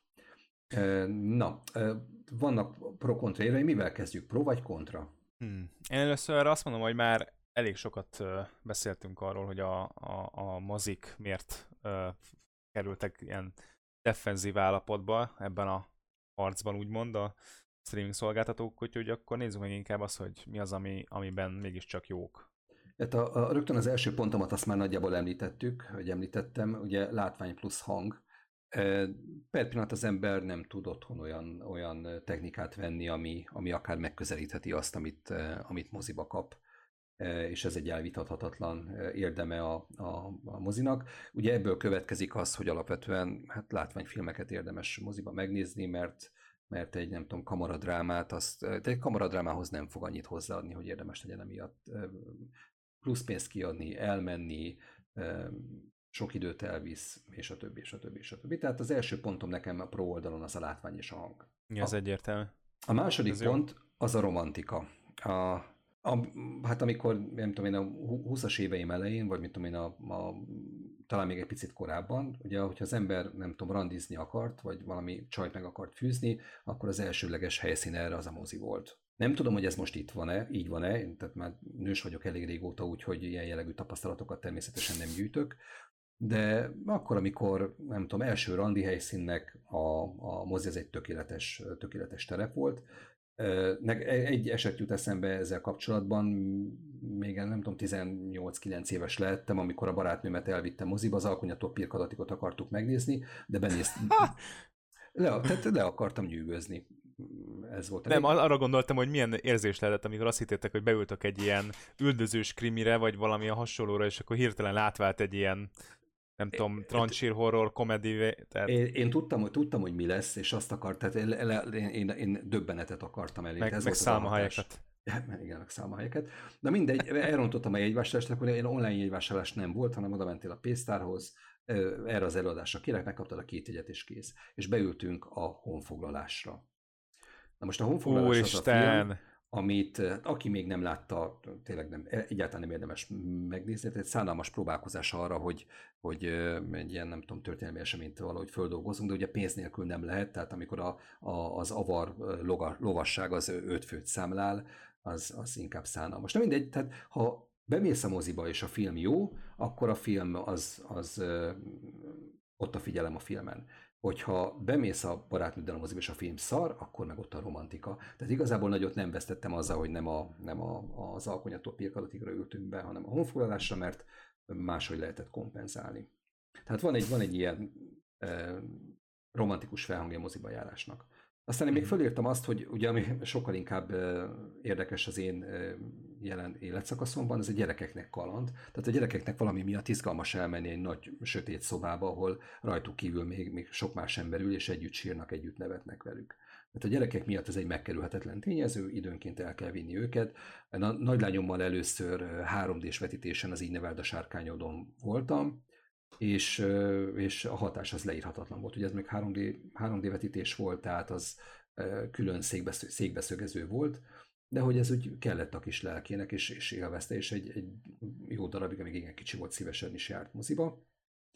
Na, vannak pro-kontra érvei, mivel kezdjük? Pro vagy kontra? Hmm. Én először azt mondom, hogy már elég sokat beszéltünk arról, hogy a, a, a mozik miért uh, kerültek ilyen defenzív állapotba ebben a harcban, úgymond a streaming szolgáltatók, úgyhogy akkor nézzük meg inkább azt, hogy mi az, ami, amiben mégiscsak jók. Hát a, a, rögtön az első pontomat azt már nagyjából említettük, hogy említettem, ugye látvány plusz hang. Per pillanat az ember nem tud otthon olyan, olyan technikát venni, ami, ami akár megközelítheti azt, amit, amit moziba kap, és ez egy elvitathatatlan érdeme a, a, a mozinak. Ugye ebből következik az, hogy alapvetően hát látványfilmeket érdemes moziba megnézni, mert mert egy, nem tudom, kamaradrámát, azt, egy kamaradrámához nem fog annyit hozzáadni, hogy érdemes legyen emiatt plusz pénzt kiadni, elmenni, sok időt elvisz, és a többi, és a többi, és a többi. Tehát az első pontom nekem a pro oldalon az a látvány és a hang. Ja, ez a, egyértelmű. A második ez pont jó. Az a romantika. A, a, hát amikor, nem tudom én, a húszas éveim elején, vagy mit tudom én, a, a, talán még egy picit korábban, ugye, hogyha az ember, nem tudom, randizni akart, vagy valami csajt meg akart fűzni, akkor az elsőleges helyszín erre az a mozi volt. Nem tudom, hogy ez most itt van-e, így van-e, tehát már nős vagyok elég régóta, úgyhogy ilyen jellegű tapasztalatokat természetesen nem gyűjtök, de akkor, amikor, nem tudom, első randi helyszínnek a, a mozi az egy tökéletes, tökéletes terep volt. Egy eset jut eszembe ezzel kapcsolatban, még nem tudom, tizennyolc-kilenc éves lehettem, amikor a barátnőmet elvittem moziba, az Alkonyatól Pirkadatikot akartuk megnézni, de benéztem, le, tehát le akartam nyűgözni. Ez volt. Nem, egy... arra gondoltam, hogy milyen érzés lehetett, amikor azt hittétek, hogy beültök egy ilyen üldözős krimire, vagy valamilyen hasonlóra, és akkor hirtelen látvált egy ilyen, nem tudom, trancsír horror, komedi. Tehát... Én, én tudtam, hogy, tudtam, hogy mi lesz, és azt akart, tehát én, én, én döbbenetet akartam elérni. Meg, meg szálmahelyeket. Igen, meg szálmahelyeket. Na mindegy, elrontottam a jegyvásárlást, akkor ilyen online jegyvásárlás nem volt, hanem oda mentél a pénztárhoz, erre az előadásra kérek, megkaptad a két jegyet és kész. És beültünk a honfoglalásra. Na most a honfoglalás az a film, amit aki még nem látta, tényleg nem, egyáltalán nem érdemes megnézni, tehát egy szánalmas próbálkozás arra, hogy, hogy egy ilyen, nem tudom, történelmi eseményt valahogy földolgozunk, de ugye pénz nélkül nem lehet, tehát amikor a, a, az avar loga, lovasság az öt főt számlál, az, az inkább szánalmas. Na mindegy, tehát ha bemész a moziba és a film jó, akkor a film az, az ott a figyelem a filmen. Hogyha bemész a barátnőddel a moziba és a film szar, akkor meg ott a romantika. Tehát igazából nagyot nem vesztettem azzal, hogy nem, a, nem a, az Alkonyattól Pirkadatigra ültünk be, hanem a honfoglalásra, mert máshogy lehetett kompenzálni. Tehát van egy, van egy ilyen e, romantikus felhangja a moziba járásnak. Aztán én még fölírtam azt, hogy ugye ami sokkal inkább érdekes az én jelen életszakaszomban, ez a gyerekeknek kaland. Tehát a gyerekeknek valami miatt izgalmas elmenni egy nagy sötét szobába, ahol rajtuk kívül még, még sok más ember ül, és együtt sírnak, együtt nevetnek velük. Tehát a gyerekek miatt ez egy megkerülhetetlen tényező, időnként el kell vinni őket. A nagylányommal először három dés vetítésen az Így neveld a sárkányodon voltam, És, és a hatás az leírhatatlan volt. Ugye ez még három dé, három dé vetítés volt, tehát az külön székbeszö, székbeszögező volt, de hogy ez úgy kellett a kis lelkének, és, és élvezte, és egy, egy jó darabig, amíg igen kicsi volt, szívesen is járt moziba.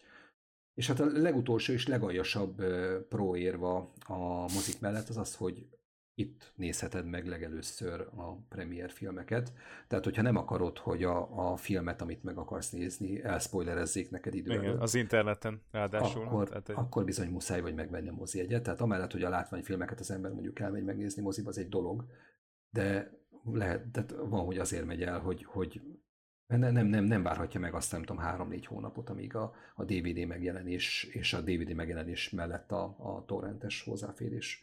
És hát a legutolsó és legaljasabb próérva a mozik mellett az az, hogy itt nézheted meg legelőször a premier filmeket. Tehát, hogyha nem akarod, hogy a, a filmet, amit meg akarsz nézni, elspoilerezzék neked idő előtt. Igen, az interneten ráadásul. Akkor, tehát egy... akkor bizony muszáj vagy megvenni a mozi egyet. Tehát amellett, hogy a látványfilmeket az ember mondjuk elmegy megnézni moziba, az egy dolog, de lehet, tehát van, hogy azért megy el, hogy, hogy nem, nem, nem, nem várhatja meg azt, nem tudom, három-négy hónapot, amíg a, a dé vé dé megjelenés és a dé vé dé megjelenés mellett a, a torrentes hozzáférés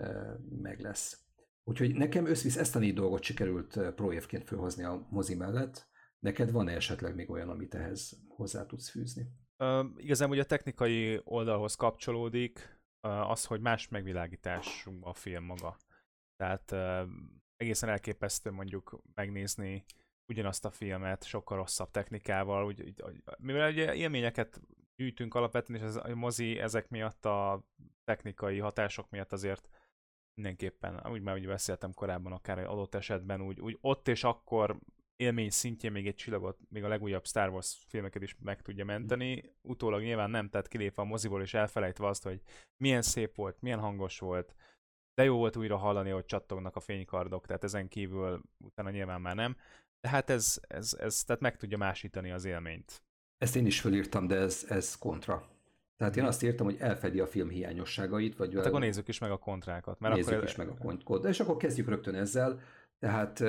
meg lesz. Úgyhogy nekem összvisz ezt a négy dolgot sikerült projektként fölhozni a mozi mellett. Neked van-e esetleg még olyan, amit ehhez hozzá tudsz fűzni? Uh, igazából ugye a technikai oldalhoz kapcsolódik uh, az, hogy más megvilágítású a film maga. Tehát uh, egészen elképesztő mondjuk megnézni ugyanazt a filmet sokkal rosszabb technikával, úgy, úgy, mivel ugye élményeket gyűjtünk alapvetően, és ez, a mozi ezek miatt a technikai hatások miatt azért mindenképpen, úgy már úgy beszéltem korábban, akár adott esetben, úgy, úgy ott és akkor élmény szintjén még egy csillagot, még a legújabb Star Wars filmeket is meg tudja menteni. Utólag nyilván nem, tehát kilépve a moziból és elfelejtve azt, hogy milyen szép volt, milyen hangos volt, de jó volt újra hallani, hogy csattognak a fénykardok, tehát ezen kívül utána nyilván már nem. De hát ez, ez, ez tehát meg tudja másítani az élményt. Ezt én is fölírtam, de ez, ez kontra. Tehát én azt írtam, hogy elfedi a film hiányosságait. Vagy hát akkor nézzük is meg a kontrákat. Mert nézzük akkor... is meg a kontkód. És akkor kezdjük rögtön ezzel. Tehát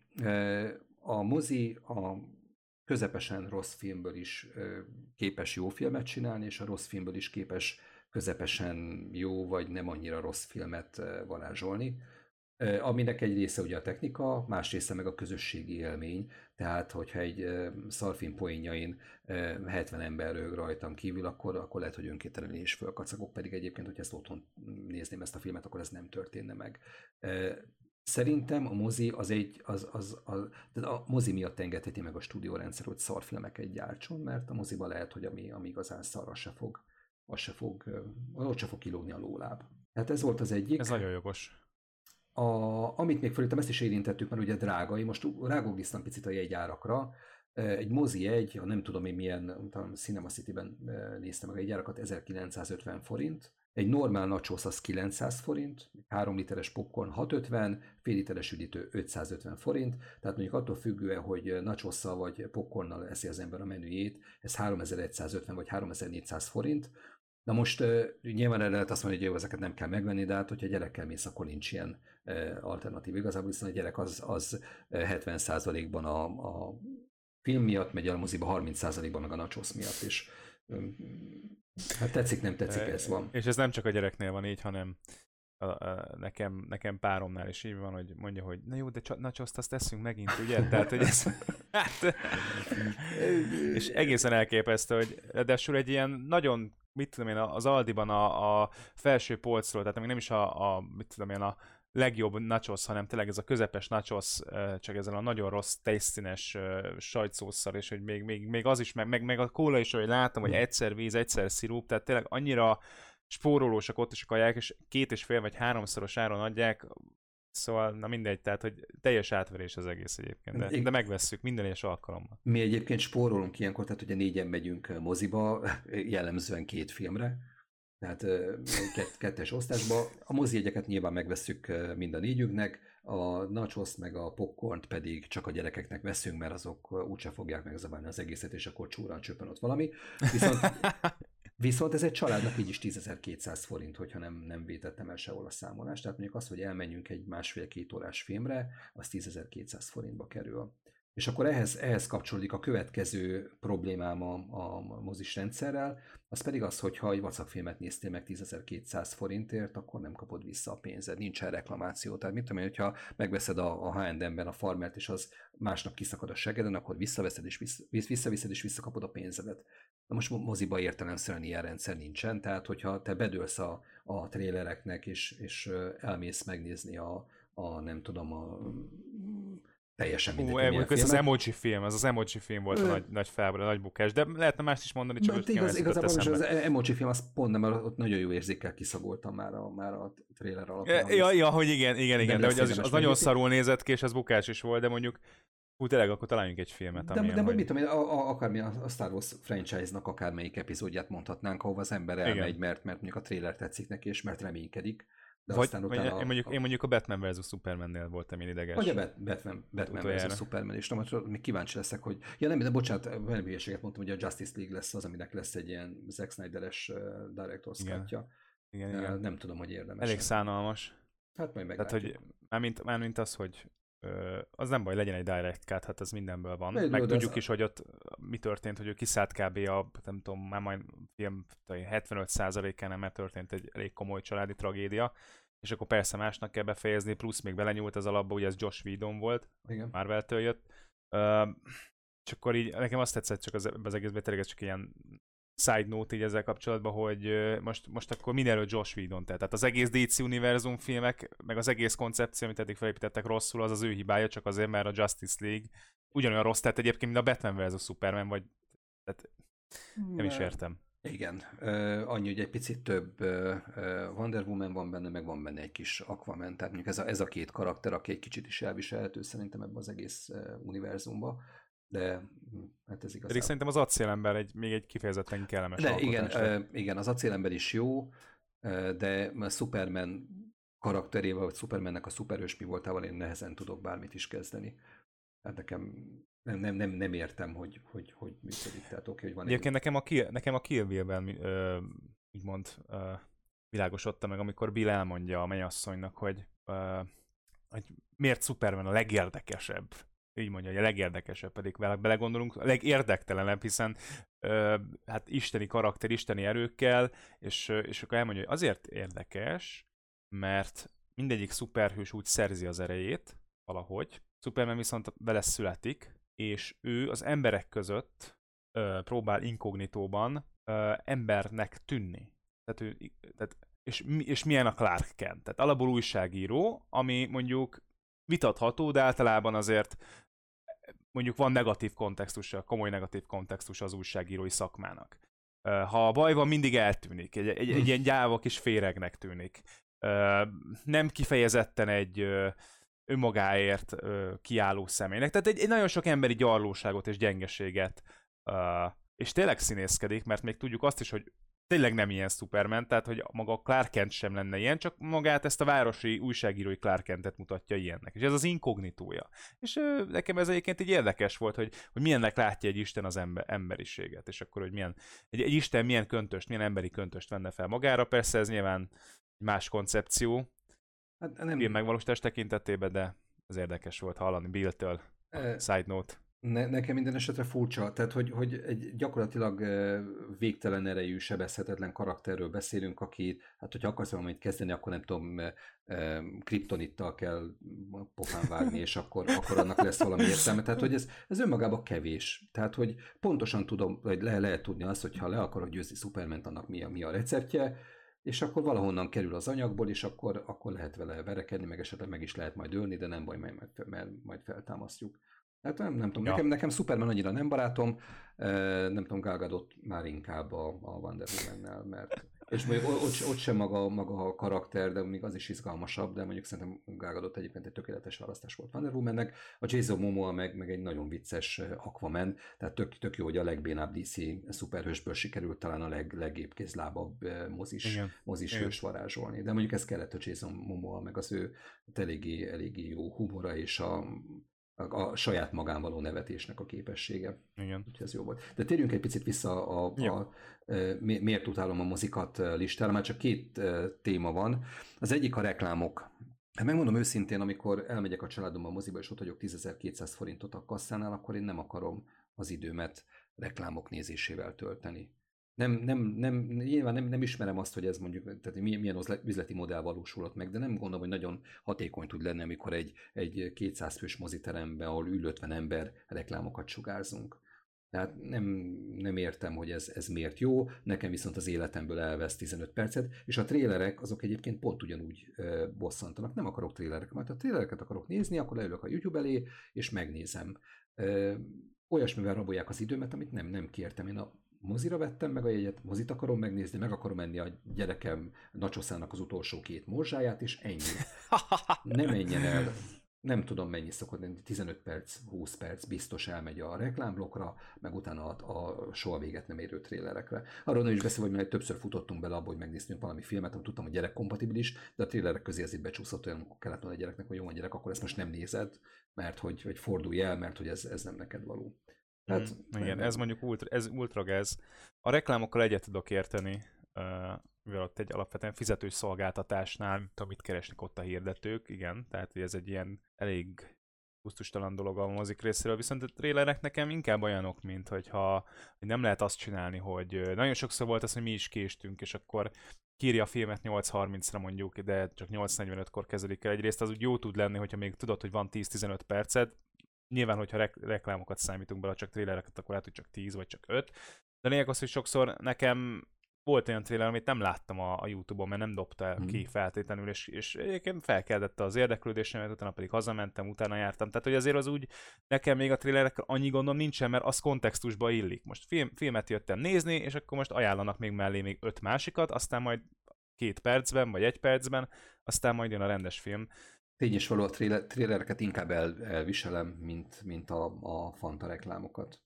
a mozi a közepesen rossz filmből is képes jó filmet csinálni, és a rossz filmből is képes közepesen jó, vagy nem annyira rossz filmet varázsolni. Aminek egy része ugye a technika, más része meg a közösségi élmény. Tehát, hogyha egy szarfilm poénjain hetven ember röhög rajtam kívül, akkor, akkor lehet, hogy önkéntelenül is fölkacagok, pedig egyébként, hogyha ezt otthon nézném ezt a filmet, akkor ez nem történne meg. Szerintem a mozi az egy, az, az, az, az a mozi miatt engedheti meg a stúdiórendszer, hogy szarfilmeket gyártson, mert a moziban lehet, hogy ami, ami igazán szar, az se fog, az se fog, ott se fog kilógni a lóláb. Tehát ez volt az egyik. Ez nagyon jogos. A, amit még fölítem, ezt is érintettük, mert ugye drága, én most rágógiztam picit a jegyárakra. Egy mozi egy, a nem tudom én milyen, talán Cinema City-ben néztem meg a jegyárakat, ezerkilencszázötven forint. egy normál nachos az kilencszáz forint, három literes popcorn hatszázötven, fél literes üdítő ötszázötven forint, tehát mondjuk attól függően, hogy nachosszal vagy popcornnal eszi az ember a menüjét, ez háromezer-egyszázötven vagy háromezer-négyszáz forint. Na most uh, nyilván erre lehet azt mondani, hogy jó, ezeket nem kell megvenni, de hát hogyha gyerekkel mész, akkor nincs ilyen uh, alternatív. Igazából viszont a gyerek az, az hetven százalékban a, a film miatt megy el a moziba, harminc százalékban meg a nachos miatt, és um, hát tetszik, nem tetszik, ez van. És ez nem csak a gyereknél van így, hanem a, a, nekem, nekem páromnál is így van, hogy mondja, hogy na jó, de nachoszt azt teszünk megint, ugye? Tehát, hogy ez... Hát, és egészen elképesztő, hogy ráadásul egy ilyen nagyon, mit tudom én, az Aldiban a, a felső polcról, tehát még nem is a, a mit tudom én, a legjobb nachos, hanem tényleg ez a közepes nachos, csak ezzel a nagyon rossz tejszínes sajtszósszal, és hogy még, még, még az is, meg, meg, meg a kóla is, hogy látom, hogy egyszer víz, egyszer szirup, tehát tényleg annyira spórolósak ott is a kaják, és két és fél vagy háromszoros áron adják, szóval na mindegy, tehát hogy teljes átverés az egész egyébként, de, de megvesszük minden egyes alkalommal. Mi egyébként spórolunk ilyenkor, tehát ugye négyen megyünk moziba, jellemzően két filmre, tehát kett, kettes osztásba. A mozijegyeket nyilván megvesszük mind a négyünknek, a nachos meg a popcornt pedig csak a gyerekeknek veszünk, mert azok úgyse fogják megzavarni az egészet, és akkor csúrán csöppen ott valami. Viszont, viszont ez egy családnak így is tízezer-kétszáz forint, hogyha nem, nem vétettem el sehol a számolást. Tehát mondjuk az, hogy elmenjünk egy másfél-két órás filmre, az tízezer-kétszáz forintba kerül. És akkor ehhez, ehhez kapcsolódik a következő problémám a, a mozis rendszerrel, az pedig az, hogy ha egy vacakfilmet néztél meg tízezer-kétszáz forintért, akkor nem kapod vissza a pénzed, nincsen reklamáció. Tehát mit tudom én, hogyha megveszed a, a há és em-ben a farmert, és az másnap kiszakad a segeden, akkor visszaveszed és vissza, visszaviszed és visszakapod a pénzedet. Na most moziba értelemszerűen ilyen rendszer nincsen, tehát hogyha te bedőlsz a, a trélereknek, és, és elmész megnézni a, a nem tudom, a teljesen mindegy. Ú, ez az emoji film, ez az emoji film volt a nagy, nagy felbrő, a nagy bukás, de lehetne mást is mondani, csak most igaz, igazából most az emoji film, az pont nem, mert ott nagyon jó érzékkel kiszagoltam már a, már a trailer alapján. Ja, ja, hogy igen, igen, igen, de hogy az, az nagyon szarul nézett ki, és az bukás is volt, de mondjuk hú, tényleg, akkor találjunk egy filmet. De, de vagy mit tudom, a, a, akármi a Star Wars franchise-nak akármelyik epizódját mondhatnánk, ahova az ember elmegy, mert, mert mondjuk a trailer tetszik neki, és mert reménykedik. De vagy, vagy utána én, mondjuk, a... én mondjuk a Batman versus. Supermannél voltam én ideges. Vagy a Bat- Batman, Batman versus. Superman, és nem, még kíváncsi leszek, hogy... Ja nem, de bocsánat, olyan hülyeséget mondtam, hogy a Justice League lesz az, aminek lesz egy ilyen Zack Snyder-es uh, Director's Cut-ja. Igen, igen, igen. Nem tudom, hogy érdemes. Elég szánalmas. Hát majd meglátjuk. Tehát, hogy mármint, mármint az, hogy ö, az nem baj, legyen egy Direct Cut, hát ez mindenből van. Meg, Meg tudjuk az... is, hogy ott mi történt, hogy ő kiszállt kb. A, nem tudom, már majd film hetvenöt százalékán nem történt egy elég komoly családi tragédia. És akkor persze másnak kell befejezni, plusz még belenyúlt az alapba, ugye ez Joss Whedon volt, igen. Marvel-től jött. Uh, és akkor így, nekem azt tetszett csak az, az egészben, tényleg ez csak ilyen side note így ezzel kapcsolatban, hogy most, most akkor mindenről Joss Whedon, tehát az egész dé cé univerzum filmek, meg az egész koncepció, amit eddig felépítettek rosszul, az az ő hibája, csak azért, mert a Justice League ugyanolyan rossz, tehát egyébként, mint a Batman versus. Superman, vagy tehát nem is értem. Igen, uh, annyi, hogy egy picit több uh, Wonder Woman van benne, meg van benne egy kis Aquaman, tehát mondjuk ez a, ez a két karakter, aki egy kicsit is elviselhető szerintem ebben az egész uh, univerzumban, de hát ez igazán... Pedig szerintem az acélember egy, még egy kifejezetten kellemes de igen, uh, igen, az acélember is jó, uh, de a Superman karakterével, vagy Supermannek a szuperhős mi voltával én nehezen tudok bármit is kezdeni. Hát nekem nem, nem, nem, nem értem, hogy, hogy, hogy működik. Tehát oké, hogy van egyébként egy... nekem a Kill, nekem a Kill Bill-ben ö, úgymond ö, világosodta meg, amikor Bill elmondja a mennyasszonynak, hogy, ö, hogy miért Superman a legérdekesebb. Így mondja, hogy a legérdekesebb, pedig vele belegondolunk, a legérdektelenebb, hiszen ö, hát isteni karakter, isteni erőkkel, és, és akkor elmondja, hogy azért érdekes, mert mindegyik szuperhős úgy szerzi az erejét, valahogy. Superman viszont vele születik, és ő az emberek között ö, próbál inkognitóban ö, embernek tűnni. Tehát ő, tehát, és, és milyen a Clark Kent. Tehát alapból újságíró, ami mondjuk vitatható, de általában azért mondjuk van negatív kontextusa, komoly negatív kontextus az újságírói szakmának. Ha baj van, mindig eltűnik. Egy, egy, egy ilyen gyáva kis féregnek tűnik. Nem kifejezetten egy önmagáért kiálló személynek. Tehát egy, egy nagyon sok emberi gyarlóságot és gyengeséget. És tényleg színészkedik, mert még tudjuk azt is, hogy tényleg nem ilyen Superman, tehát hogy maga a Clark Kent sem lenne ilyen, csak magát ezt a városi újságírói Clark Kentet mutatja ilyennek. És ez az inkognitója. És ö, nekem ez egyébként így érdekes volt, hogy, hogy milyennek látja egy Isten az ember, emberiséget, és akkor, hogy milyen, egy, egy Isten milyen köntöst, milyen emberi köntöst venne fel magára. Persze ez nyilván más koncepció, Hát nem... film megvalósítás tekintetében, de ez érdekes volt hallani Bill-től. E... Side note. Ne, nekem minden esetre furcsa, tehát hogy, hogy egy gyakorlatilag végtelen erejű, sebezhetetlen karakterről beszélünk, aki, hát hogyha akarsz valamit kezdeni, akkor nem tudom, kriptonittal kell pofán vágni, és akkor, akkor annak lesz valami értelme. Tehát, hogy ez, ez önmagában kevés. Tehát, hogy pontosan tudom, vagy le, lehet tudni azt, hogy ha le akarok győzni Superment, annak mi a, mi a receptje, és akkor valahonnan kerül az anyagból, és akkor, akkor lehet vele verekedni, meg esetleg meg is lehet majd ölni, de nem baj, mert, mert majd feltámasztjuk. Hát nem, nem tudom, ja. nekem, nekem Superman annyira nem barátom, nem tudom, Gal Gadot már inkább a, a Wonder Woman-nel, mert és mondjuk ott, ott sem maga, maga a karakter, de még az is izgalmasabb, de mondjuk szerintem Gal Gadot egyébként egy tökéletes választás volt Wonder Woman-nek, a Jason Momoa meg, meg egy nagyon vicces Aquaman, tehát tök, tök jó, hogy a legbénább dé cé szuperhősből sikerült talán a leg, legépkézlábabb mozis, Igen. mozis Igen. hőst varázsolni, de mondjuk ez kellett a Jason Momoa, meg az ő eléggé, eléggé jó humora és a a saját magán való nevetésnek a képessége. Igen. Úgyhogy ez jó volt. De térjünk egy picit vissza a, a, a miért utálom a mozikat listára, már csak két téma van. Az egyik a reklámok. Hát megmondom őszintén, amikor elmegyek a családommal a moziba, és ott vagyok tízezer-kétszáz forintot a kasszánál, akkor én nem akarom az időmet reklámok nézésével tölteni. Nem, nem, nem, nyilván nem, nem ismerem azt, hogy ez mondjuk, tehát milyen, milyen üzleti modell valósulott meg, de nem gondolom, hogy nagyon hatékony tud lenni, amikor egy, egy kétszáz fős moziteremben, ahol ül ötven ember, reklámokat sugárzunk. Tehát nem, nem értem, hogy ez, ez miért jó, nekem viszont az életemből elvesz tizenöt percet, és a trélerek azok egyébként pont ugyanúgy e, bosszantanak. Nem akarok trélereket, mert ha trélereket akarok nézni, akkor leülök a YouTube elé, és megnézem. E, olyasmivel rabolják az időmet, amit nem, nem kértem. Én a mozira vettem meg a jegyet, mozit akarom megnézni, meg akarom menni a gyerekem nachoszának az utolsó két morzsáját, és ennyi. Ne menjen el, nem tudom mennyi szokott lenni, tizenöt perc, húsz perc biztos elmegy a reklámblokkra, meg utána a, a soha véget nem érő trélerekre. Arról nem is beszél, hogy már többször futottunk bele abba, hogy megnéztünk valami filmet, amit tudtam, hogy gyerekkompatibilis, de a trélerek közé ezért becsúszott, olyan kellett volna a gyereknek, hogy jó van gyerek, akkor ezt most nem nézed, mert hogy, hogy fordulj el, mert hogy ez, ez nem neked való. Hát, mm, igen, ez mondjuk ultra, ez ultragáz. A reklámokkal egyet tudok érteni, mivel ott egy alapvetően fizetős szolgáltatásnál, amit keresnek ott a hirdetők, igen, tehát ez egy ilyen elég gusztustalan dolog a mozik részéről, viszont a trélerek nekem inkább olyanok, mint hogyha hogy nem lehet azt csinálni, hogy nagyon sokszor volt az, hogy mi is késtünk, és akkor kírja a filmet nyolc harmincra mondjuk, de csak nyolc negyvenötkor kezdődik el. Egyrészt az úgy jó tud lenni, hogyha még tudod, hogy van tíz-tizenöt perced. Nyilván, hogyha rek- reklámokat számítunk bele, csak trélereket, akkor lehet, hogy csak tíz vagy csak öt. De lényeg az, hogy sokszor nekem volt olyan tréler, amit nem láttam a, a YouTube-on, mert nem dobta hmm. ki feltétlenül, és, és egyébként felkeltette az érdeklődésemet, utána pedig hazamentem, utána jártam. Tehát, hogy azért az úgy, nekem még a trélerekkel annyi gondom nincsen, mert az kontextusba illik. Most film, filmet jöttem nézni, és akkor most ajánlanak még mellé még öt másikat, aztán majd két percben, vagy egy percben, aztán majd jön a rendes film. Tény is való, a tréler, trélereket inkább el, elviselem, mint, mint a, a Fanta reklámokat.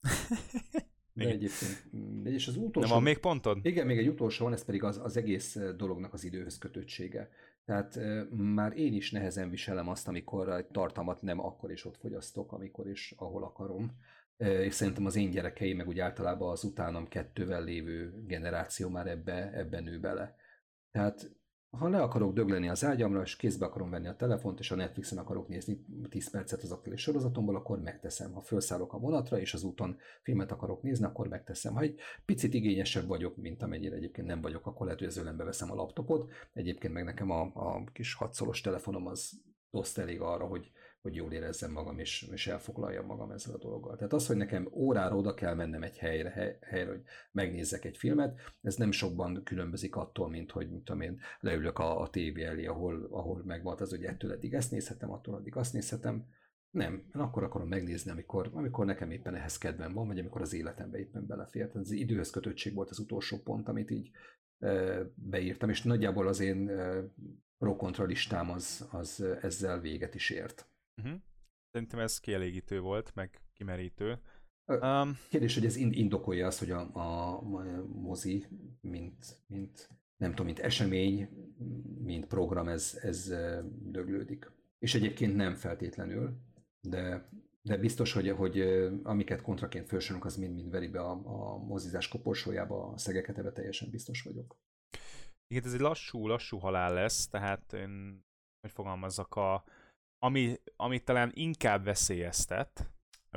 De egyébként, és az utolsó... Nem van még pontod? Igen, még egy utolsó van, ez pedig az, az egész dolognak az időhöz kötöttsége. Tehát e, már én is nehezen viselem azt, amikor egy tartalmat nem akkor is ott fogyasztok, amikor is, ahol akarom. E, és szerintem az én gyerekeim, meg úgy általában az utánam kettővel lévő generáció már ebbe, ebbe nő bele. Tehát ha le akarok dögleni az ágyamra, és kézbe akarom venni a telefont, és a Netflixen akarok nézni tíz percet az aktuális sorozatomból, akkor megteszem. Ha felszállok a vonatra, és az úton filmet akarok nézni, akkor megteszem. Ha egy picit igényesebb vagyok, mint amennyire egyébként nem vagyok, akkor lehet, hogy az ölembe veszem a laptopot. Egyébként meg nekem a, a kis hatszolos telefonom az oszt elég arra, hogy, hogy jól érezzem magam, és, és elfoglaljam magam ezzel a dologgal. Tehát az, hogy nekem órára oda kell mennem egy helyre, hely, helyre, hogy megnézzek egy filmet, ez nem sokban különbözik attól, mint hogy mint tudom én, leülök a, a tévé elé, ahol, ahol megvan az, hogy ettől eddig ezt nézhetem, attól addig azt nézhetem. Nem, én akkor akarom megnézni, amikor, amikor nekem éppen ehhez kedvem van, vagy amikor az életembe éppen belefér. Tehát az időhöz kötöttség volt az utolsó pont, amit így e, beírtam, és nagyjából az én e, pro-kontra listám az, az ezzel véget is ért. Uh-huh. Szerintem ez kielégítő volt, meg kimerítő. Um, Kérdés, hogy ez indokolja azt, hogy a, a mozi, mint, mint, nem tudom, mint esemény, mint program, ez, ez döglődik. És egyébként nem feltétlenül, de, de biztos, hogy, hogy amiket kontraként felsorolunk, az mind-mind veri be a, a mozizás koporsójába, a szegeket, ebbe teljesen biztos vagyok. Igen, ez egy lassú, lassú halál lesz, tehát én, hogy fogalmazzak, a, ami, amit talán inkább veszélyeztet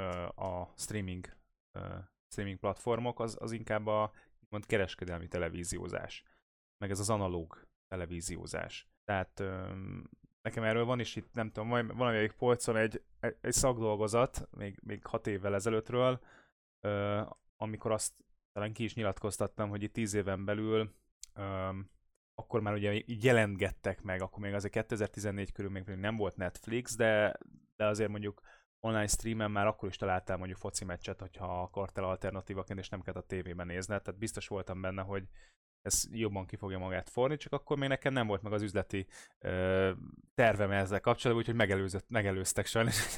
a streaming, streaming platformok, az, az inkább a mond kereskedelmi televíziózás, meg ez az analóg televíziózás. Tehát nekem erről van is itt, nem tudom, valamelyik polcon egy, egy, egy szakdolgozat, még, még hat évvel ezelőttről, amikor azt talán ki is nyilatkoztattam, hogy itt tíz éven belül akkor már ugye így jelentgettek meg, akkor még azért kétezer-tizennégy körül még nem volt Netflix, de, de azért mondjuk online streamen már akkor is találtál mondjuk foci meccset, hogyha akartál alternatívaként, és nem kellett a tévében nézned, tehát biztos voltam benne, hogy ez jobban ki fogja magát forni, csak akkor még nekem nem volt meg az üzleti ö, tervem ezzel kapcsolatban, úgyhogy megelőzött, megelőztek sajnos.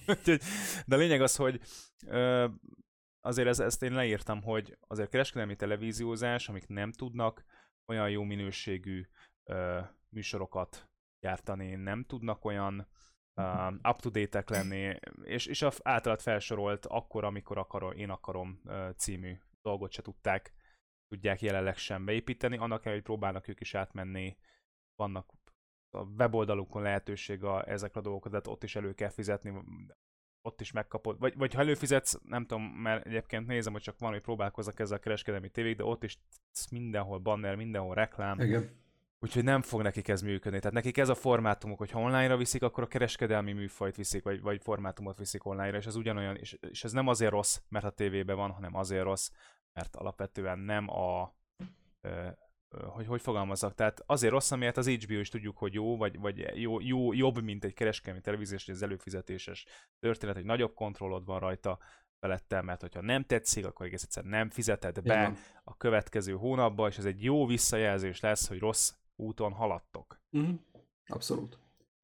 De a lényeg az, hogy ö, azért ez, ezt én leírtam, hogy azért kereskedelmi televíziózás, amik nem tudnak olyan jó minőségű ö, műsorokat gyártani, nem tudnak olyan uh, up-to-date-ek lenni, és, és a általad felsorolt akkor, amikor akarom, én akarom uh, című dolgot se tudták, tudják jelenleg sem beépíteni, annak kell, hogy próbálnak ők is átmenni, vannak a weboldalukon lehetőség a, ezekre a dolgokat, tehát ott is elő kell fizetni, ott is megkapod, vagy, vagy ha előfizetsz, nem tudom, mert egyébként nézem, hogy csak van, hogy próbálkozzak ezzel a kereskedelmi tévék, de ott is mindenhol banner, mindenhol reklám. Igen. Úgyhogy nem fog nekik ez működni. Tehát nekik ez a formátumok, hogy ha online-ra viszik, akkor a kereskedelmi műfajt viszik, vagy, vagy formátumot viszik online-ra, és ez ugyanolyan, és, és ez nem azért rossz, mert a tévében van, hanem azért rossz, mert alapvetően nem a... Ö, hogy hogy fogalmazzak, tehát azért rossz, amiért az há bé o is tudjuk, hogy jó, vagy, vagy jó, jó, jobb, mint egy kereskedelmi televíziós, az előfizetéses történet, hogy nagyobb kontrollod van rajta felettem, mert hogyha nem tetszik, akkor egész egyszerűen nem fizeted be ja. a következő hónapba, és ez egy jó visszajelzés lesz, hogy rossz úton haladtok. Mm, abszolút.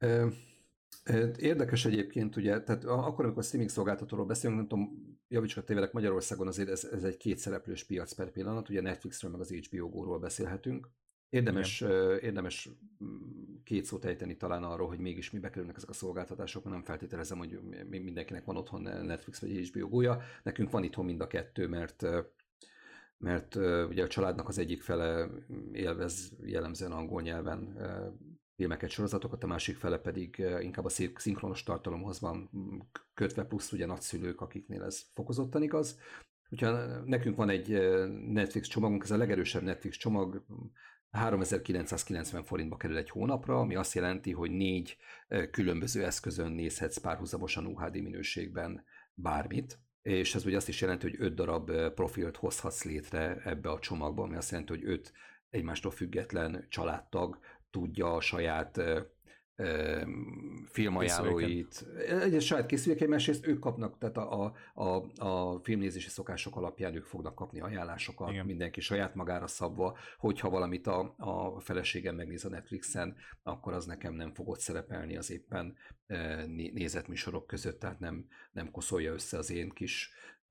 Érdekes egyébként, ugye, tehát akkor, amikor streaming szolgáltatóról beszélünk, nem tudom, javítsak a tévedek, Magyarországon azért ez, ez egy kétszereplős piac per pillanat, ugye Netflixről meg az há bé o Go-ról beszélhetünk. Érdemes, érdemes két szót ejteni talán arról, hogy mégis mibe kerülnek ezek a szolgáltatások, mert nem feltételezem, hogy mindenkinek van otthon Netflix vagy há bé o Go-ja. Nekünk van itthon mind a kettő, mert mert ugye a családnak az egyik fele élvez jellemzően angol nyelven filmeket, sorozatokat, a másik fele pedig inkább a szinkronos tartalomhoz van kötve, plusz ugye nagyszülők, akiknél ez fokozottan igaz. Úgyhogy nekünk van egy Netflix csomagunk, ez a legerősebb Netflix csomag, háromezer-kilencszázkilencven forintba kerül egy hónapra, ami azt jelenti, hogy négy különböző eszközön nézhetsz párhuzamosan u há dé minőségben bármit, és ez ugye azt is jelenti, hogy öt darab profilt hozhatsz létre ebbe a csomagba, ami azt jelenti, hogy öt egymástól független családtag tudja a saját ö, ö, filmajánlóit, egy saját készülékei, másrészt ők kapnak, tehát a, a, a filmnézési szokások alapján ők fognak kapni ajánlásokat, igen. Mindenki saját magára szabva, hogyha valamit a, a feleségem megnéz a Netflixen, akkor az nekem nem fog ott szerepelni az éppen nézett műsorok között, tehát nem, nem koszolja össze az én kis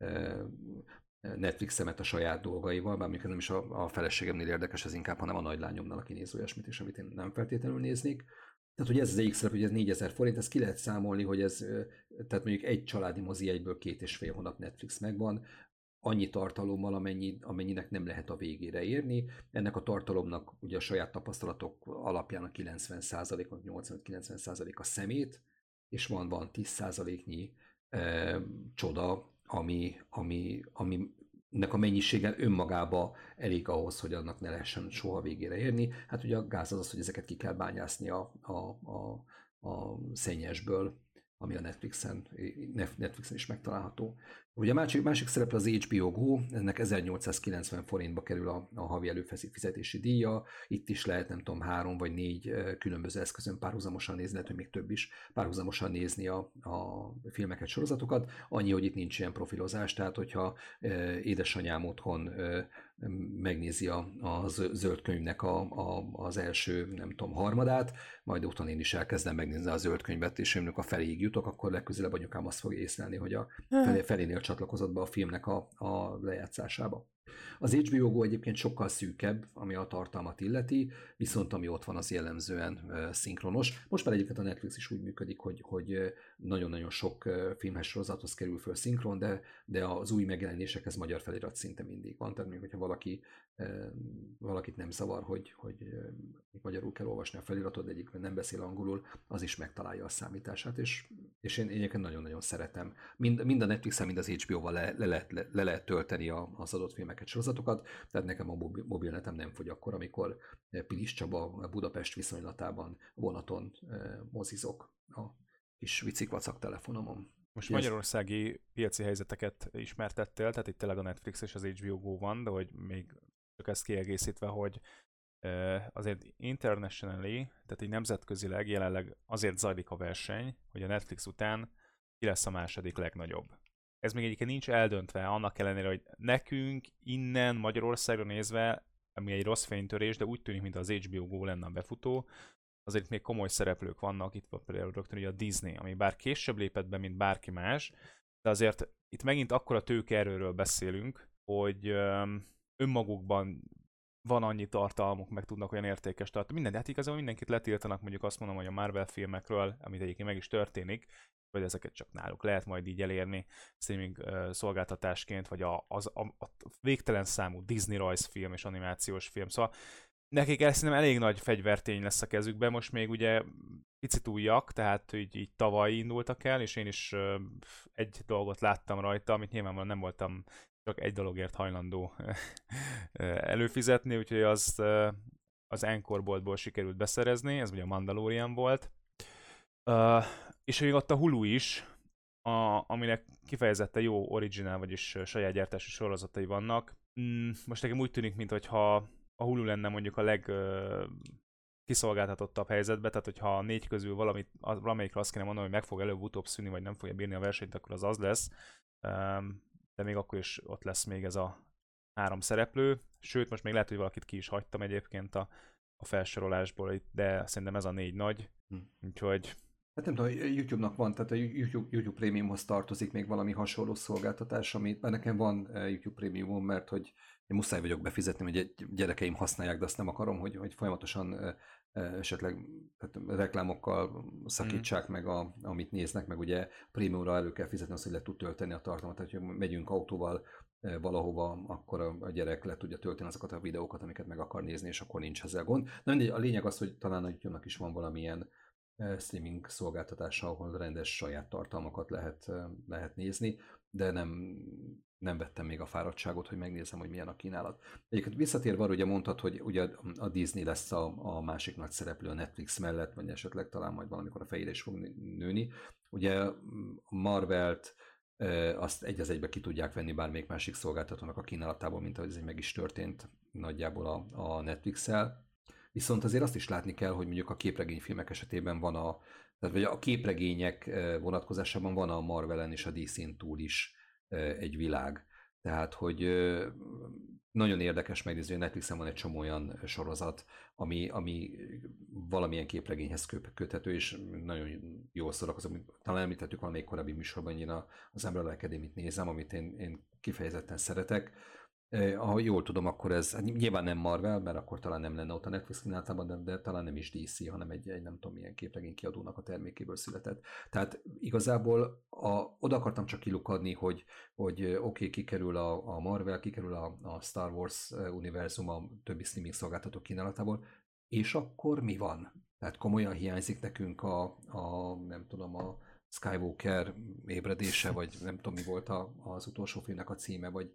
Netflixemet a saját dolgaival, bár mondjuk ez nem is a, a feleségemnél érdekes, ez inkább, hanem a nagylányomnál, aki néz olyasmit, és amit én nem feltétlenül néznék. Tehát, hogy ez az egyik szerep, hogy ez négyezer forint, ezt ki lehet számolni, hogy ez, tehát mondjuk egy családi mozi egyből két és fél hónap Netflix megvan, annyi tartalommal, amennyi, amennyinek nem lehet a végére érni. Ennek a tartalomnak ugye a saját tapasztalatok alapján a kilencven százalék, vagy nyolcvanöt-kilencven százalék a szemét, és van, van tíz százaléknyi e, csoda, ami, ami, aminek a mennyisége önmagába elég ahhoz, hogy annak ne lehessen soha végére érni. Hát ugye a gáz az az, hogy ezeket ki kell bányászni a, a, a, a szennyesből, ami a Netflixen, Netflixen is megtalálható. Ugye a másik, másik szereplő az há bé o Go, ennek ezernyolcszázkilencven forintba kerül a, a havi előfizetési díja, itt is lehet nem tudom három vagy négy különböző eszközön párhuzamosan nézni, lehet, hogy még több is párhuzamosan nézni a, a filmeket, sorozatokat, annyi, hogy itt nincs ilyen profilozás, tehát hogyha édesanyám otthon megnézi a, a zöld könyvnek a, a, az első, nem tudom, harmadát, majd utána én is elkezdem megnézni a zöld könyvet, és én a feléig jutok, akkor legközelebb anyukám azt fog észlelni, hogy a felé, felénél nehézséggel csatlakozott be a filmnek a, a lejátszásába. Az há bé o Go egyébként sokkal szűkebb, ami a tartalmat illeti, viszont ami ott van, az jellemzően uh, szinkronos. Most már egyébként a Netflix is úgy működik, hogy, hogy nagyon-nagyon sok uh, filmhez sorozathoz kerül föl szinkron, de, de az új megjelenésekhez magyar felirat szinte mindig van. Tehát még hogyha valaki, uh, valakit nem zavar, hogy, hogy uh, magyarul kell olvasni a feliratot, de egyébként nem beszél angolul, az is megtalálja a számítását, és, és én egyébként nagyon-nagyon szeretem. Mind, mind a Netflixen, mind az há bé o-val le, le, le, le, le lehet tölteni az adott filmeket, sorozatokat, tehát nekem a mobilnetem nem fogy akkor, amikor Pilis Csaba Budapest viszonylatában vonaton mozizok a kis vicikvacak telefonomon. Most yes. Magyarországi piaci helyzeteket ismertettél, tehát itt tényleg a Netflix és az há bé o Go van, de hogy még csak ezt kiegészítve, hogy azért internationally, tehát így nemzetközileg jelenleg azért zajlik a verseny, hogy a Netflix után ki lesz a második legnagyobb. Ez még egyébként nincs eldöntve, annak ellenére, hogy nekünk innen Magyarországra nézve, ami egy rossz fénytörés, de úgy tűnik, mint az há bé o Go lenne a befutó, azért még komoly szereplők vannak, itt van például rögtön ugye a Disney, ami bár később lépett be, mint bárki más, de azért itt megint akkora tőkeerőről beszélünk, hogy öm, önmagukban van annyi tartalmuk, meg tudnak olyan értékes tartalmat. Minden, de hát igazából mindenkit letiltanak, mondjuk azt mondom, hogy a Marvel filmekről, amit egyébként meg is történik, vagy ezeket csak náluk lehet majd így elérni streaming uh, szolgáltatásként, vagy a, az, a, a végtelen számú Disney rajzfilm és animációs film. Szóval nekik ez szerintem elég nagy fegyvertény lesz a kezükben, most még ugye picit újjak, tehát így, így tavaly indultak el, és én is uh, egy dolgot láttam rajta, amit nyilvánvalóan nem voltam csak egy dologért hajlandó előfizetni, úgyhogy az, uh, az Encore boltból sikerült beszerezni, ez ugye a Mandalorian volt. Uh, és még ott a Hulu is, a, aminek kifejezetten jó original, vagyis saját gyártású sorozatai vannak. Mm, most nekem úgy tűnik, mintha a Hulu lenne mondjuk a leg uh, kiszolgáltatottabb helyzetben, tehát hogyha a négy közül valamit, az, valamelyikre azt kéne mondani, hogy meg fog előbb-utóbb szűnni, vagy nem fogja bírni a versenyt, akkor az az lesz. Um, de még akkor is ott lesz még ez a három szereplő. Sőt, most még lehet, hogy valakit ki is hagytam egyébként a, a felsorolásból, de szerintem ez a négy nagy. Hm. Úgyhogy hát nem tudom, YouTube-nak van, tehát a YouTube, YouTube Premiumhoz tartozik még valami hasonló szolgáltatás, amit nekem van YouTube Premiumom, mert hogy én muszáj vagyok befizetni, hogy egy gyerekeim használják, de azt nem akarom, hogy, hogy folyamatosan esetleg tehát reklámokkal szakítsák mm. meg, a, amit néznek, meg ugye Premiumra elő kell fizetni azt, hogy le tud tölteni a tartalmat, tehát hogy megyünk autóval valahova, akkor a gyerek le tudja tölteni azokat a videókat, amiket meg akar nézni, és akkor nincs ezzel gond. Na mindegy, a lényeg az, hogy talán a YouTube-nak is van valamilyen streaming szolgáltatása, ahol rendes saját tartalmakat lehet, lehet nézni, de nem, nem vettem még a fáradtságot, hogy megnézem, hogy milyen a kínálat. Egyébként visszatérve arra, ugye mondtad, hogy ugye a Disney lesz a, a másik nagy szereplő a Netflix mellett, vagy esetleg talán majd valamikor a fejére is fog nőni. Ugye a Marvelt azt egy az egybe ki tudják venni bármelyik másik szolgáltatónak a kínálatából, mint ahogy ez meg is történt nagyjából a, a Netflix-el. Viszont azért azt is látni kell, hogy mondjuk a képregényfilmek esetében van a, tehát vagy a képregények vonatkozásában van a Marvelen és a dé cén túl is egy világ. Tehát, hogy nagyon érdekes megnézni, hogy Netflixen van egy csomó olyan sorozat, ami, ami valamilyen képregényhez köthető, és nagyon jól szórakozom. Talán említettük valamelyik korábbi műsorban, én az Umbrella Academy-t nézem, amit én, én kifejezetten szeretek. Eh, ha jól tudom, akkor ez hát nyilván nem Marvel, mert akkor talán nem lenne ott a Netflix kínálatában, de, de talán nem is dé cé, hanem egy, egy nem tudom milyen képregény kiadónak a termékéből született. Tehát igazából a, oda akartam csak kilukadni, hogy, hogy oké, okay, kikerül a, a Marvel, kikerül a, a Star Wars univerzum a többi streaming szolgáltató kínálatából, és akkor mi van? Tehát komolyan hiányzik nekünk a, a nem tudom, a Skywalker ébredése, vagy nem tudom mi volt a, az utolsó filmnek a címe, vagy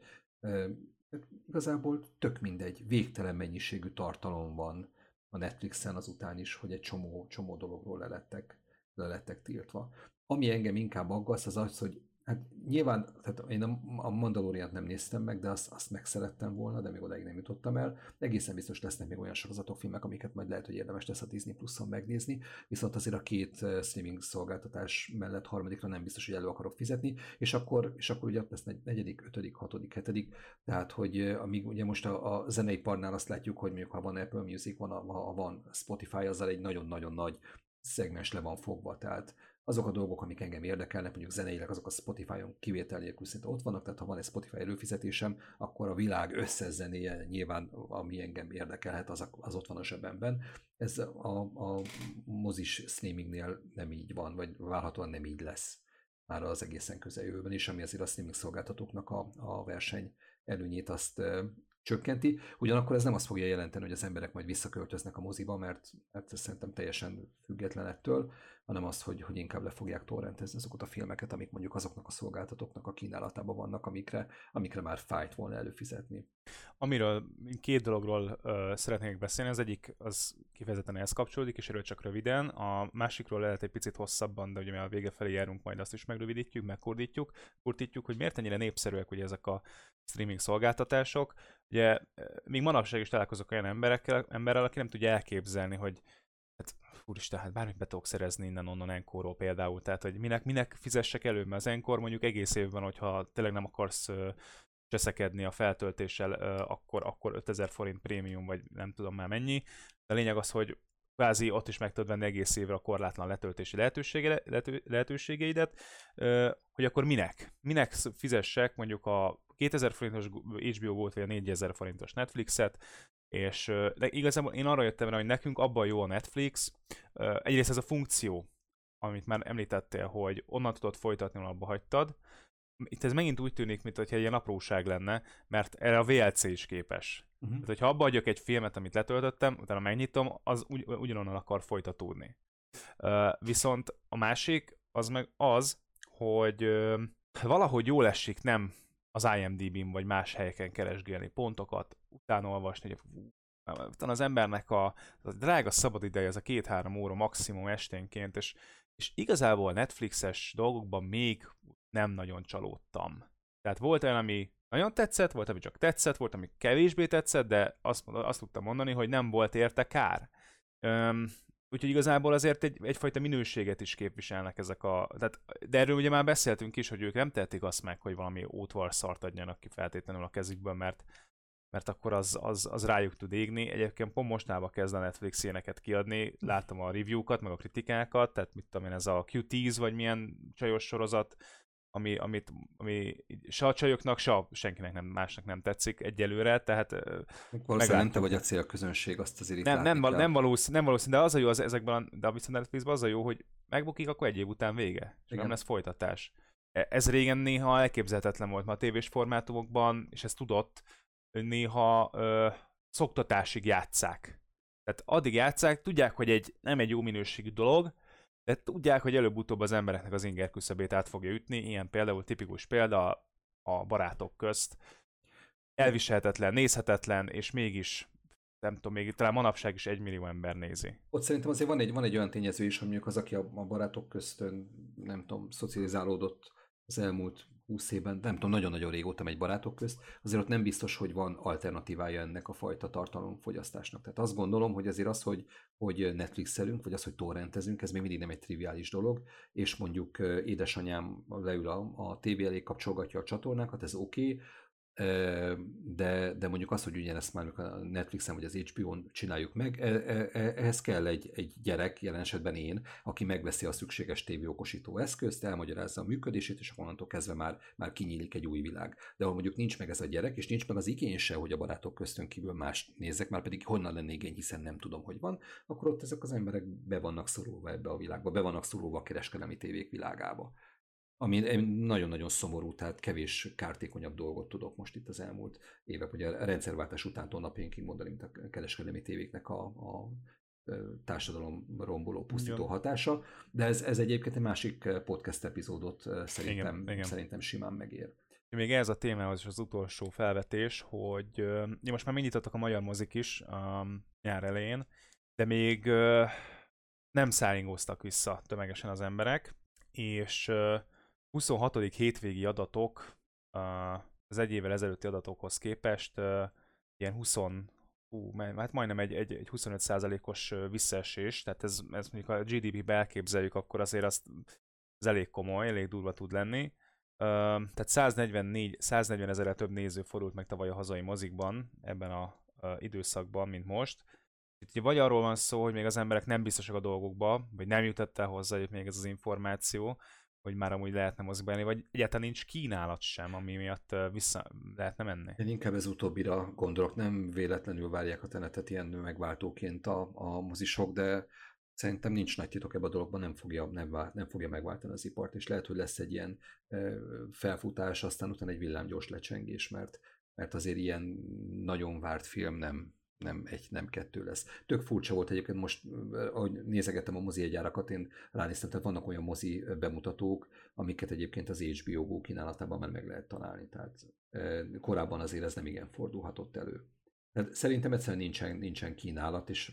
igazából tök mindegy, végtelen mennyiségű tartalom van a Netflixen azután is, hogy egy csomó, csomó dologról le lettek, le lettek tiltva. Ami engem inkább aggaszt, az az, hogy hát nyilván, tehát én a Mandaloriant nem néztem meg, de azt, azt megszerettem volna, de még odáig nem jutottam el. Egészen biztos lesznek még olyan sorozatok, filmek, amiket majd lehet, hogy érdemes lesz a Disney Plus-on megnézni, viszont azért a két streaming szolgáltatás mellett harmadikra nem biztos, hogy elő akarok fizetni, és akkor, és akkor ugye lesz negyedik, ötödik, hatodik, hetedik, tehát hogy amíg ugye most a, a zeneiparnál azt látjuk, hogy mondjuk ha van Apple Music, van, ha van Spotify, azzal egy nagyon-nagyon nagy szegmens le van fogva, tehát azok a dolgok, amik engem érdekelnek, mondjuk zeneileg, azok a Spotify-on kivétel nélkül szinte ott vannak, tehát ha van egy Spotify előfizetésem, akkor a világ összes zenéje nyilván, ami engem érdekelhet, az, az ott van a zsebemben. Ez a, a mozis streamingnél nem így van, vagy várhatóan nem így lesz már az egészen közeljövőben, és ami azért a streaming szolgáltatóknak a, a verseny előnyét azt ö, csökkenti. Ugyanakkor ez nem azt fogja jelenteni, hogy az emberek majd visszaköltöznek a moziba, mert, mert ez szerintem teljesen független ettől, hanem azt, hogy, hogy inkább le fogják torrentezni azokat a filmeket, amik mondjuk azoknak a szolgáltatóknak a kínálatában vannak, amikre, amikre már fájt volna előfizetni. Amiről két dologról uh, szeretnék beszélni, az egyik az kifejezetten ehhez kapcsolódik, és erről csak röviden, a másikról lehet egy picit hosszabban, de ugye a vége felé járunk, majd azt is megrövidítjük, megkurtítjuk, kurtítjuk, hogy miért ennyire népszerűek ugye ezek a streaming szolgáltatások. Ugye még manapság is találkozok olyan emberekkel, emberrel, aki nem tudja elképzelni, hogy hát úristen, hát bármit be tudok szerezni innen-onnan Encore-ról például, tehát hogy minek, minek fizessek elő, mert az Encore mondjuk egész évben, hogyha tényleg nem akarsz uh, cseszekedni a feltöltéssel, uh, akkor, akkor ötezer forint prémium, vagy nem tudom már mennyi, de a lényeg az, hogy kvázi ott is meg tudod venni egész évre a korlátlan letöltési lehetősége, lehető, lehetőségeidet, uh, hogy akkor minek? Minek fizessek mondjuk a kétezer forintos há bé o Gold vagy a négyezer forintos Netflixet, és de igazából én arra jöttem rá, hogy nekünk abban jó a Netflix. Egyrészt ez a funkció, amit már említettél, hogy onnan tudod folytatni, ahol abba hagytad. Itt ez megint úgy tűnik, mintha egy ilyen apróság lenne, mert erre a vé el cé is képes. Uh-huh. Tehát, hogyha abba hagyok egy filmet, amit letöltöttem, utána megnyitom, az ugy, ugyanonnan akar folytatódni. Uh, viszont a másik, az meg az, hogy uh, valahogy jól esik, nem az i em dé bén vagy más helyeken keresgélni pontokat, utána olvasni, hogy utána az embernek a, a drága szabadideje, ez a két-három óra maximum esténként, és, és igazából Netflixes dolgokban még nem nagyon csalódtam. Tehát volt olyan, ami nagyon tetszett, volt, ami csak tetszett, volt, ami kevésbé tetszett, de azt, azt tudtam mondani, hogy nem volt érte kár. Üm, Úgyhogy igazából azért egy, egyfajta minőséget is képviselnek ezek a... Tehát, de erről ugye már beszéltünk is, hogy ők nem tehetik azt meg, hogy valami ótvar szart adjanak ki feltétlenül a kezükből, mert, mert akkor az, az, az rájuk tud égni. Egyébként pont mostában kezd a Netflix ilyeneket kiadni, láttam a review-kat, meg a kritikákat, tehát mit tudom én, ez a Q tíz vagy milyen csajos sorozat, ami, amit, ami se a csajoknak, se senkinek nem, másnak nem tetszik egyelőre, tehát valószínűleg nem te vagy a célközönség, azt azért itt nem, nem, val- nem, valószínű, nem valószínű, de az a jó az ezekben, de a viszont Netflixben az a jó, hogy megbukik, akkor egy év után vége, és nem lesz folytatás. Ez régen néha elképzelhetetlen volt, mert a tévés formátumokban, és ezt tudott, néha ö, szoktatásig játsszák. Tehát addig játsszák, tudják, hogy egy, nem egy jó minőségű dolog, de tudják, hogy előbb-utóbb az embereknek az inger küszöbét át fogja ütni, ilyen például tipikus példa a Barátok közt. Elviselhetetlen, nézhetetlen, és mégis, nem tudom, még talán manapság is egy millió ember nézi. Ott szerintem azért van egy, van egy olyan tényező is, hogy mondjuk az, aki a, a Barátok közt, nem tudom, szocializálódott az elmúlt húsz évben, nem tudom, nagyon-nagyon régóta megy Barátok közt, azért ott nem biztos, hogy van alternatívája ennek a fajta tartalomfogyasztásnak. Tehát azt gondolom, hogy azért az, hogy, hogy Netflixelünk, vagy az, hogy torrentezünk, ez még mindig nem egy triviális dolog, és mondjuk édesanyám leül a, a tévé elé, kapcsolgatja a csatornákat, ez oké, okay, de, de mondjuk az, hogy ugyanezt már a Netflixen vagy az há bé ó-n csináljuk meg, ehhez kell egy, egy gyerek, jelen esetben én, aki megveszi a szükséges tévéokosító eszközt, elmagyarázza a működését, és onnantól kezdve már, már kinyílik egy új világ. De ahol mondjuk nincs meg ez a gyerek, és nincs meg az igény se, hogy a Barátok köztön kívül más nézzek, már pedig honnan lenne igény, hiszen nem tudom, hogy van, akkor ott ezek az emberek be vannak szorulva ebbe a világba, be vannak szorulva a kereskedelmi tévék világába. Ami nagyon-nagyon szomorú, tehát kevés kártékonyabb dolgot tudok most itt az elmúlt évek, ugye a rendszerváltás utántól napjainkig mondani, mint a kereskedelmi tévéknek a, a társadalom romboló, pusztító igen. hatása, de ez, ez egyébként egy másik podcast epizódot szerintem, igen, igen. szerintem simán megér. Még ez a témához is az utolsó felvetés, hogy uh, most már megnyitottak a magyar mozik is um, nyár elején, de még uh, nem szállingóztak vissza tömegesen az emberek, és uh, huszonhatodik hétvégi adatok az egy évvel ezelőtti adatokhoz képest ilyen húsz, hú, hát majdnem egy, egy, egy huszonöt százalékos visszaesés, tehát ez, ez mondjuk a gé dé pé-be elképzeljük, akkor azért azt, az elég komoly, elég durva tud lenni. Tehát száznegyvennégy, száznegyven ezerre több néző fordult meg tavaly a hazai mozikban ebben az időszakban, mint most. Itt ugye vagy arról van szó, hogy még az emberek nem biztosak a dolgokba, vagy nem jutott el hozzájuk még ez az információ, hogy már amúgy lehetne moziba járni, vagy egyáltalán nincs kínálat sem, ami miatt ö, vissza lehetne menni. Én inkább ez utóbbira gondolok, nem véletlenül várják a Tenetet ilyen megváltóként a, a mozisok, de szerintem nincs nagy titok ebben a dologban, nem fogja, nem, vál, nem fogja megváltani az ipart, és lehet, hogy lesz egy ilyen e, felfutás, aztán utána egy villámgyors lecsengés, mert, mert azért ilyen nagyon várt film nem, nem egy, nem kettő lesz. Tök furcsa volt egyébként most, ahogy nézegettem a mozi egyárakat, én ránéztem, tehát vannak olyan mozi bemutatók, amiket egyébként az há bé o Go kínálatában már meg lehet találni, tehát e, korábban azért ez nem igen fordulhatott elő. Tehát szerintem egyszerűen nincsen, nincsen kínálat, és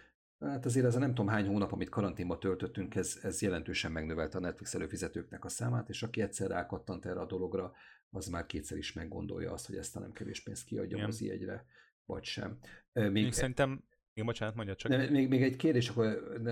hát azért ez a nem tudom hány hónap, amit karanténba töltöttünk, ez, ez jelentősen megnövelte a Netflix előfizetőknek a számát, és aki egyszer rákattant erre a dologra, az már kétszer is meggondolja azt, hogy ezt a nem kevés pénzt kiadja a mozi egyre, vagy sem. Még, még szerintem, igen, bocsánat, mondja csak. Ne, még, még egy kérdés, akkor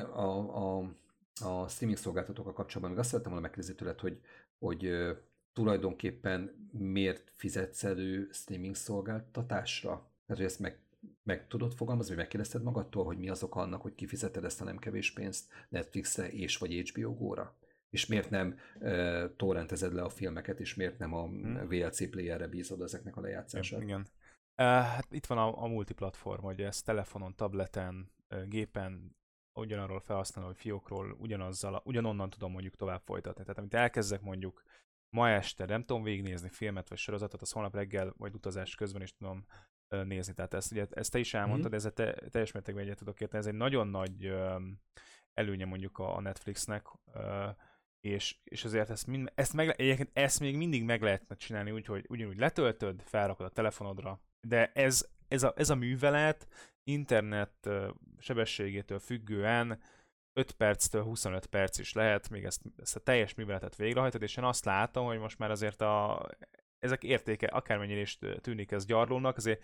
a, a, a streaming szolgáltatókkal kapcsolatban, még azt szerettem volna megkérdezni tőled, hogy, hogy tulajdonképpen miért fizetsz elő streaming szolgáltatásra? Tehát, hogy ezt meg meg tudod fogalmazni, vagy megkérdezted magadtól, hogy mi az oka annak, hogy kifizeted ezt a nem kevés pénzt Netflixre és vagy há bé o Go-ra? És miért nem uh, torrentezed le a filmeket, és miért nem a hmm. vé el cé playerre bízod ezeknek a lejátszását? Igen. Uh, hát itt van a, a multiplatform, hogy ez telefonon, tableten, uh, gépen, ugyanarról felhasználó fiókról, ugyanazzal, ugyanonnan tudom mondjuk tovább folytatni. Tehát amit elkezdek mondjuk ma este, nem tudom végignézni filmet vagy sorozatot, az holnap reggel vagy utazás közben is tudom nézni. Tehát ezt, ugye, ezt te is elmondtad, mm-hmm. ezzel te, teljes mértékben egyet tudok érteni. Ez egy nagyon nagy uh, előnye mondjuk a, a Netflixnek, uh, és, és azért ezt, mind, ezt, meg, egyébként ezt még mindig meg lehetne csinálni úgy, hogy ugyanúgy letöltöd, felrakod a telefonodra, de ez, ez, a, ez a művelet internet uh, sebességétől függően öt perctől huszonöt perc is lehet, még ezt, ezt a teljes műveletet végrehajtod, és én azt látom, hogy most már azért a ezek értéke, akármennyire is tűnik ez gyarlónak, azért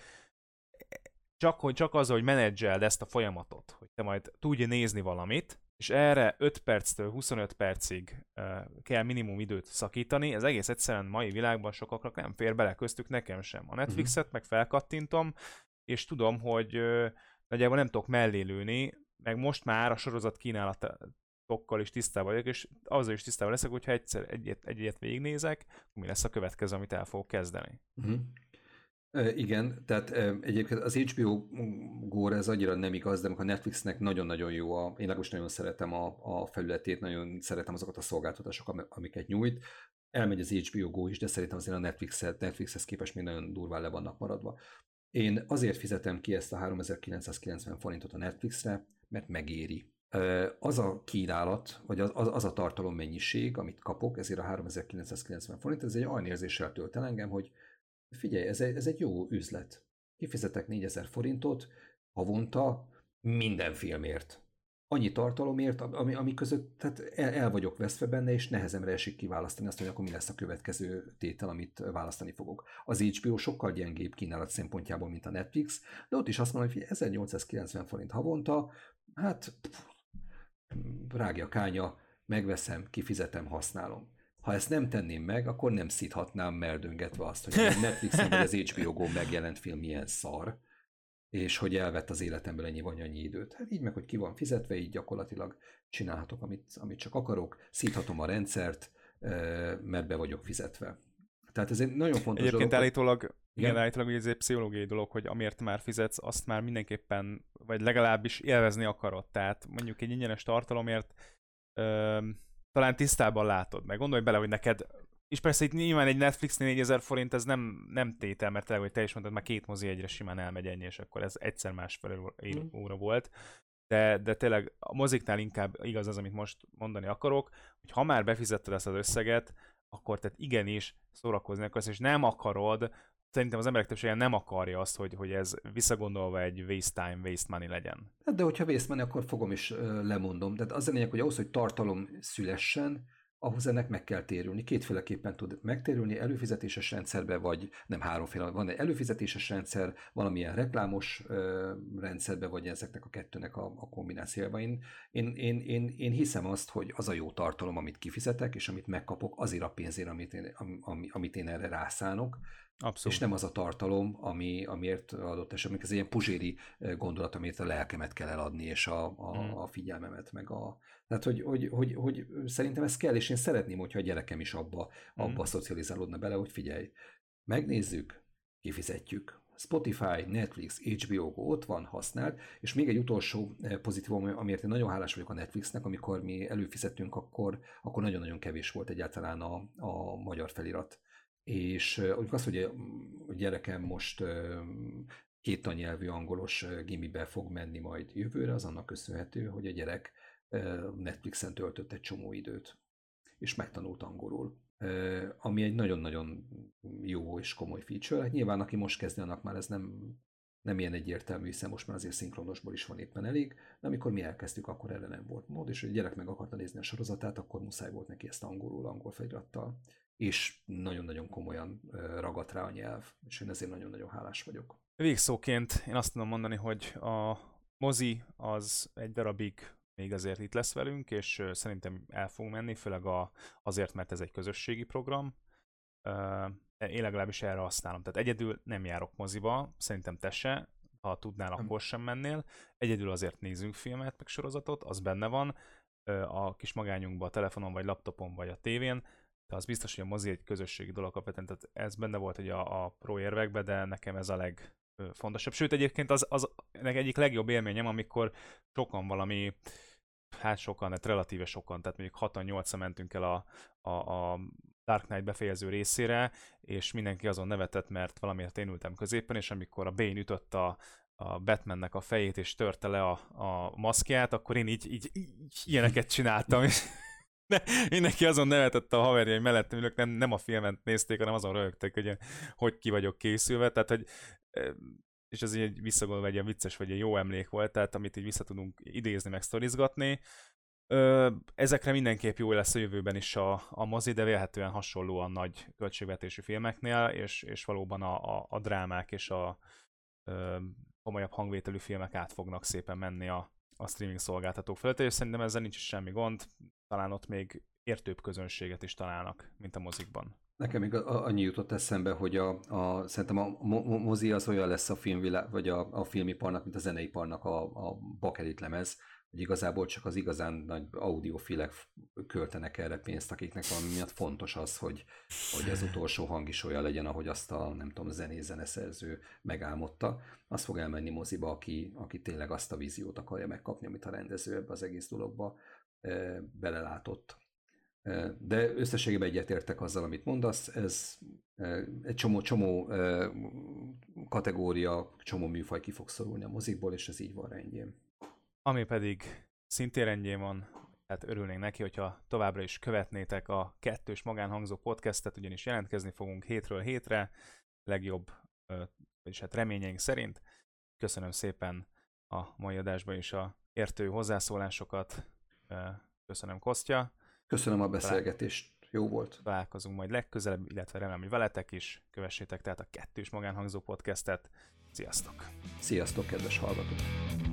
csak, hogy csak az, hogy menedzseld ezt a folyamatot, hogy te majd tudj nézni valamit, és erre öt perctől huszonöt percig uh, kell minimum időt szakítani, ez egész egyszerűen mai világban sokaknak nem fér bele, köztük nekem sem. A Netflixet uh-huh. meg felkattintom, és tudom, hogy uh, nagyjából nem tudok mellé lőni, meg most már a sorozat kínálatokkal is tisztában vagyok, és azzal is tisztában leszek, hogyha egyszer egyet, egyet végignézek, mi lesz a következő, amit el fogok kezdeni. Uh-huh. E, igen, tehát e, egyébként az há bé o Go-ra ez annyira nem igaz, de a Netflixnek nagyon-nagyon jó, a, én legalábbis nagyon szeretem a, a felületét, nagyon szeretem azokat a szolgáltatásokat, amiket nyújt. Elmegy az há bé o Go is, de szerintem azért a Netflix-hez, Netflixhez képest még nagyon durván le vannak maradva. Én azért fizetem ki ezt a háromezer-kilencszázkilencven forintot a Netflixre, mert megéri. Az a kínálat, vagy az, az a tartalommennyiség, amit kapok, ezért a háromezer-kilencszázkilencven forint, ez egy olyan érzéssel tölt el engem, hogy figyelj, ez egy, ez egy jó üzlet. Kifizetek négyezer forintot havonta minden filmért. Annyi tartalomért, ami, ami között tehát el, el vagyok veszve benne, és nehezemre esik kiválasztani azt, hogy akkor mi lesz a következő tétel, amit választani fogok. Az há bé o sokkal gyengébb kínálat szempontjából, mint a Netflix, de ott is azt mondom, hogy ezernyolcszázkilencven forint havonta, hát pff, rágja kánya, megveszem, kifizetem, használom. Ha ezt nem tenném meg, akkor nem szíthatnám meldöngetve azt, hogy a Netflixen vagy az há bé o Go megjelent film milyen szar, és hogy elvett az életemből ennyi vagy annyi időt. Hát így meg, hogy ki van fizetve, így gyakorlatilag csinálhatok, amit, amit csak akarok, szíthatom a rendszert, mert be vagyok fizetve. Tehát ez egy nagyon fontos Egyébként dolog. Állítólag, igen, igen állítólag ez egy pszichológiai dolog, hogy amiért már fizetsz, azt már mindenképpen, vagy legalábbis élvezni akarod. Tehát mondjuk egy ingyenes tartalomért ö, talán tisztában látod, meg gondolj bele, hogy neked, és persze itt nyilván egy Netflixnél négyezer forint, ez nem, nem tétel, mert tényleg, hogy te is mondtad, már két mozi egyre simán elmegy ennyi, és akkor ez egyszer másfél óra volt. De, de tényleg a moziknál inkább igaz az, amit most mondani akarok, hogy ha már befizetted ezt az összeget, akkor tehát igenis szórakozni akarsz, és nem akarod, szerintem az emberek többsége nem akarja azt, hogy, hogy ez visszagondolva egy waste time, waste money legyen. De hogyha waste money, akkor fogom is lemondom. Tehát az a lényeg, hogy ahhoz, hogy tartalom szülessen, ahhoz ennek meg kell térülni. Kétféleképpen tud megtérülni, előfizetéses rendszerbe, vagy nem háromféle, van egy előfizetéses rendszer, valamilyen reklámos ö, rendszerbe, vagy ezeknek a kettőnek a, a kombinációjában. Én, én, én, én, én hiszem azt, hogy az a jó tartalom, amit kifizetek, és amit megkapok azért a pénzért, amit én, am, amit én erre rászánok, Abszolút. És nem az a tartalom, ami, amiért adott esetben, ez egy ilyen puzséri gondolat, amiért a lelkemet kell eladni, és a, a, mm. a figyelmemet, meg a... Tehát, hogy, hogy, hogy, hogy szerintem ez kell, és én szeretném, hogyha a gyerekem is abba, abba mm. szocializálódna bele, hogy figyelj, megnézzük, kifizetjük. Spotify, Netflix, há bé o ott van, használd, és még egy utolsó pozitívum, amiért én nagyon hálás vagyok a Netflixnek, amikor mi előfizettünk, akkor, akkor nagyon-nagyon kevés volt egyáltalán a, a magyar felirat. És uh, az, hogy a gyerekem most uh, két tannyelvű angolos gimibe fog menni majd jövőre, az annak köszönhető, hogy a gyerek uh, Netflixen töltött egy csomó időt, és megtanult angolul. Uh, ami egy nagyon-nagyon jó és komoly feature. Hát nyilván, aki most kezdi, annak már ez nem, nem ilyen egyértelmű, hiszen most már azért szinkronosból is van éppen elég, de amikor mi elkezdtük, akkor erre nem volt mód, és hogy a gyerek meg akarta nézni a sorozatát, akkor muszáj volt neki ezt angolul, angol felirattal. És nagyon-nagyon komolyan ragadt rá a nyelv, és én ezért nagyon-nagyon hálás vagyok. Végszóként én azt tudom mondani, hogy a mozi az egy darabig még azért itt lesz velünk, és szerintem el fogunk menni, főleg a, azért, mert ez egy közösségi program. Én legalábbis erre használom. Tehát egyedül nem járok moziba, szerintem te se, ha tudnál, akkor sem mennél. Egyedül azért nézzünk filmet, meg sorozatot, az benne van a kis magányunkban, a telefonon, vagy laptopon, vagy a tévén. De az biztos, hogy a mozi egy közösségi dolog alapvetően, tehát ez benne volt hogy a, a pro érvekben, de nekem ez a legfontosabb. Sőt, egyébként az, az egyik legjobb élményem, amikor sokan valami, hát sokan, hát relatíve sokan, tehát mondjuk hatan nyolcan mentünk el a, a, a Dark Knight befejező részére, és mindenki azon nevetett, mert valamiért én ültem középen, és amikor a Bane ütött a, a Batmannek a fejét, és törte le a, a maszkját, akkor én így, így, így ilyeneket csináltam, és de mindenki azon nevetett a haverjaim mellettem ülök, nem, nem a filmet nézték, hanem azon röhögtek, hogy, hogy ki vagyok készülve, tehát hogy és ez így visszagondolva egy ilyen vicces, vagy egy jó emlék volt, tehát amit így vissza tudunk idézni, meg sztorizgatni. Ezekre mindenképp jó lesz a jövőben is a, a mozi, de vélhetően hasonlóan nagy költségvetésű filmeknél, és, és valóban a, a, a drámák és a, a komolyabb hangvételű filmek át fognak szépen menni a, a streaming szolgáltatók felett, és szerintem ezzel nincs semmi gond, talán ott még értőbb közönséget is találnak, mint a mozikban. Nekem még annyi jutott eszembe, hogy a, a, szerintem a mozi az olyan lesz a filmvilág, vagy a, a filmiparnak, mint a zeneiparnak a, a bakelit lemez, hogy igazából csak az igazán nagy audiofilek költenek erre pénzt, akiknek valami miatt fontos az, hogy, hogy az utolsó hang is olyan legyen, ahogy azt a, nem tudom, zenész-zeneszerző megálmodta. Az fog elmenni moziba, aki, aki tényleg azt a víziót akarja megkapni, amit a rendező ebbe az egész dologba e, belelátott. E, de összességében egyetértek azzal, amit mondasz, ez e, egy csomó, csomó e, kategória, csomó műfaj ki fog szorulni a mozikból, és ez így van rendjén. Ami pedig szintén rendjén van, tehát örülnénk neki, hogyha továbbra is követnétek a Kettős Magánhangzó podcastet, ugyanis jelentkezni fogunk hétről hétre, legjobb, vagyis hát reményeink szerint. Köszönöm szépen a mai adásban is a értő hozzászólásokat. Köszönöm, Kostya. Köszönöm a beszélgetést, jó volt. Találkozunk majd legközelebb, illetve remélem, hogy veletek is. Kövessétek tehát a Kettős Magánhangzó podcastet. Sziasztok! Sziasztok, kedves hallgatók!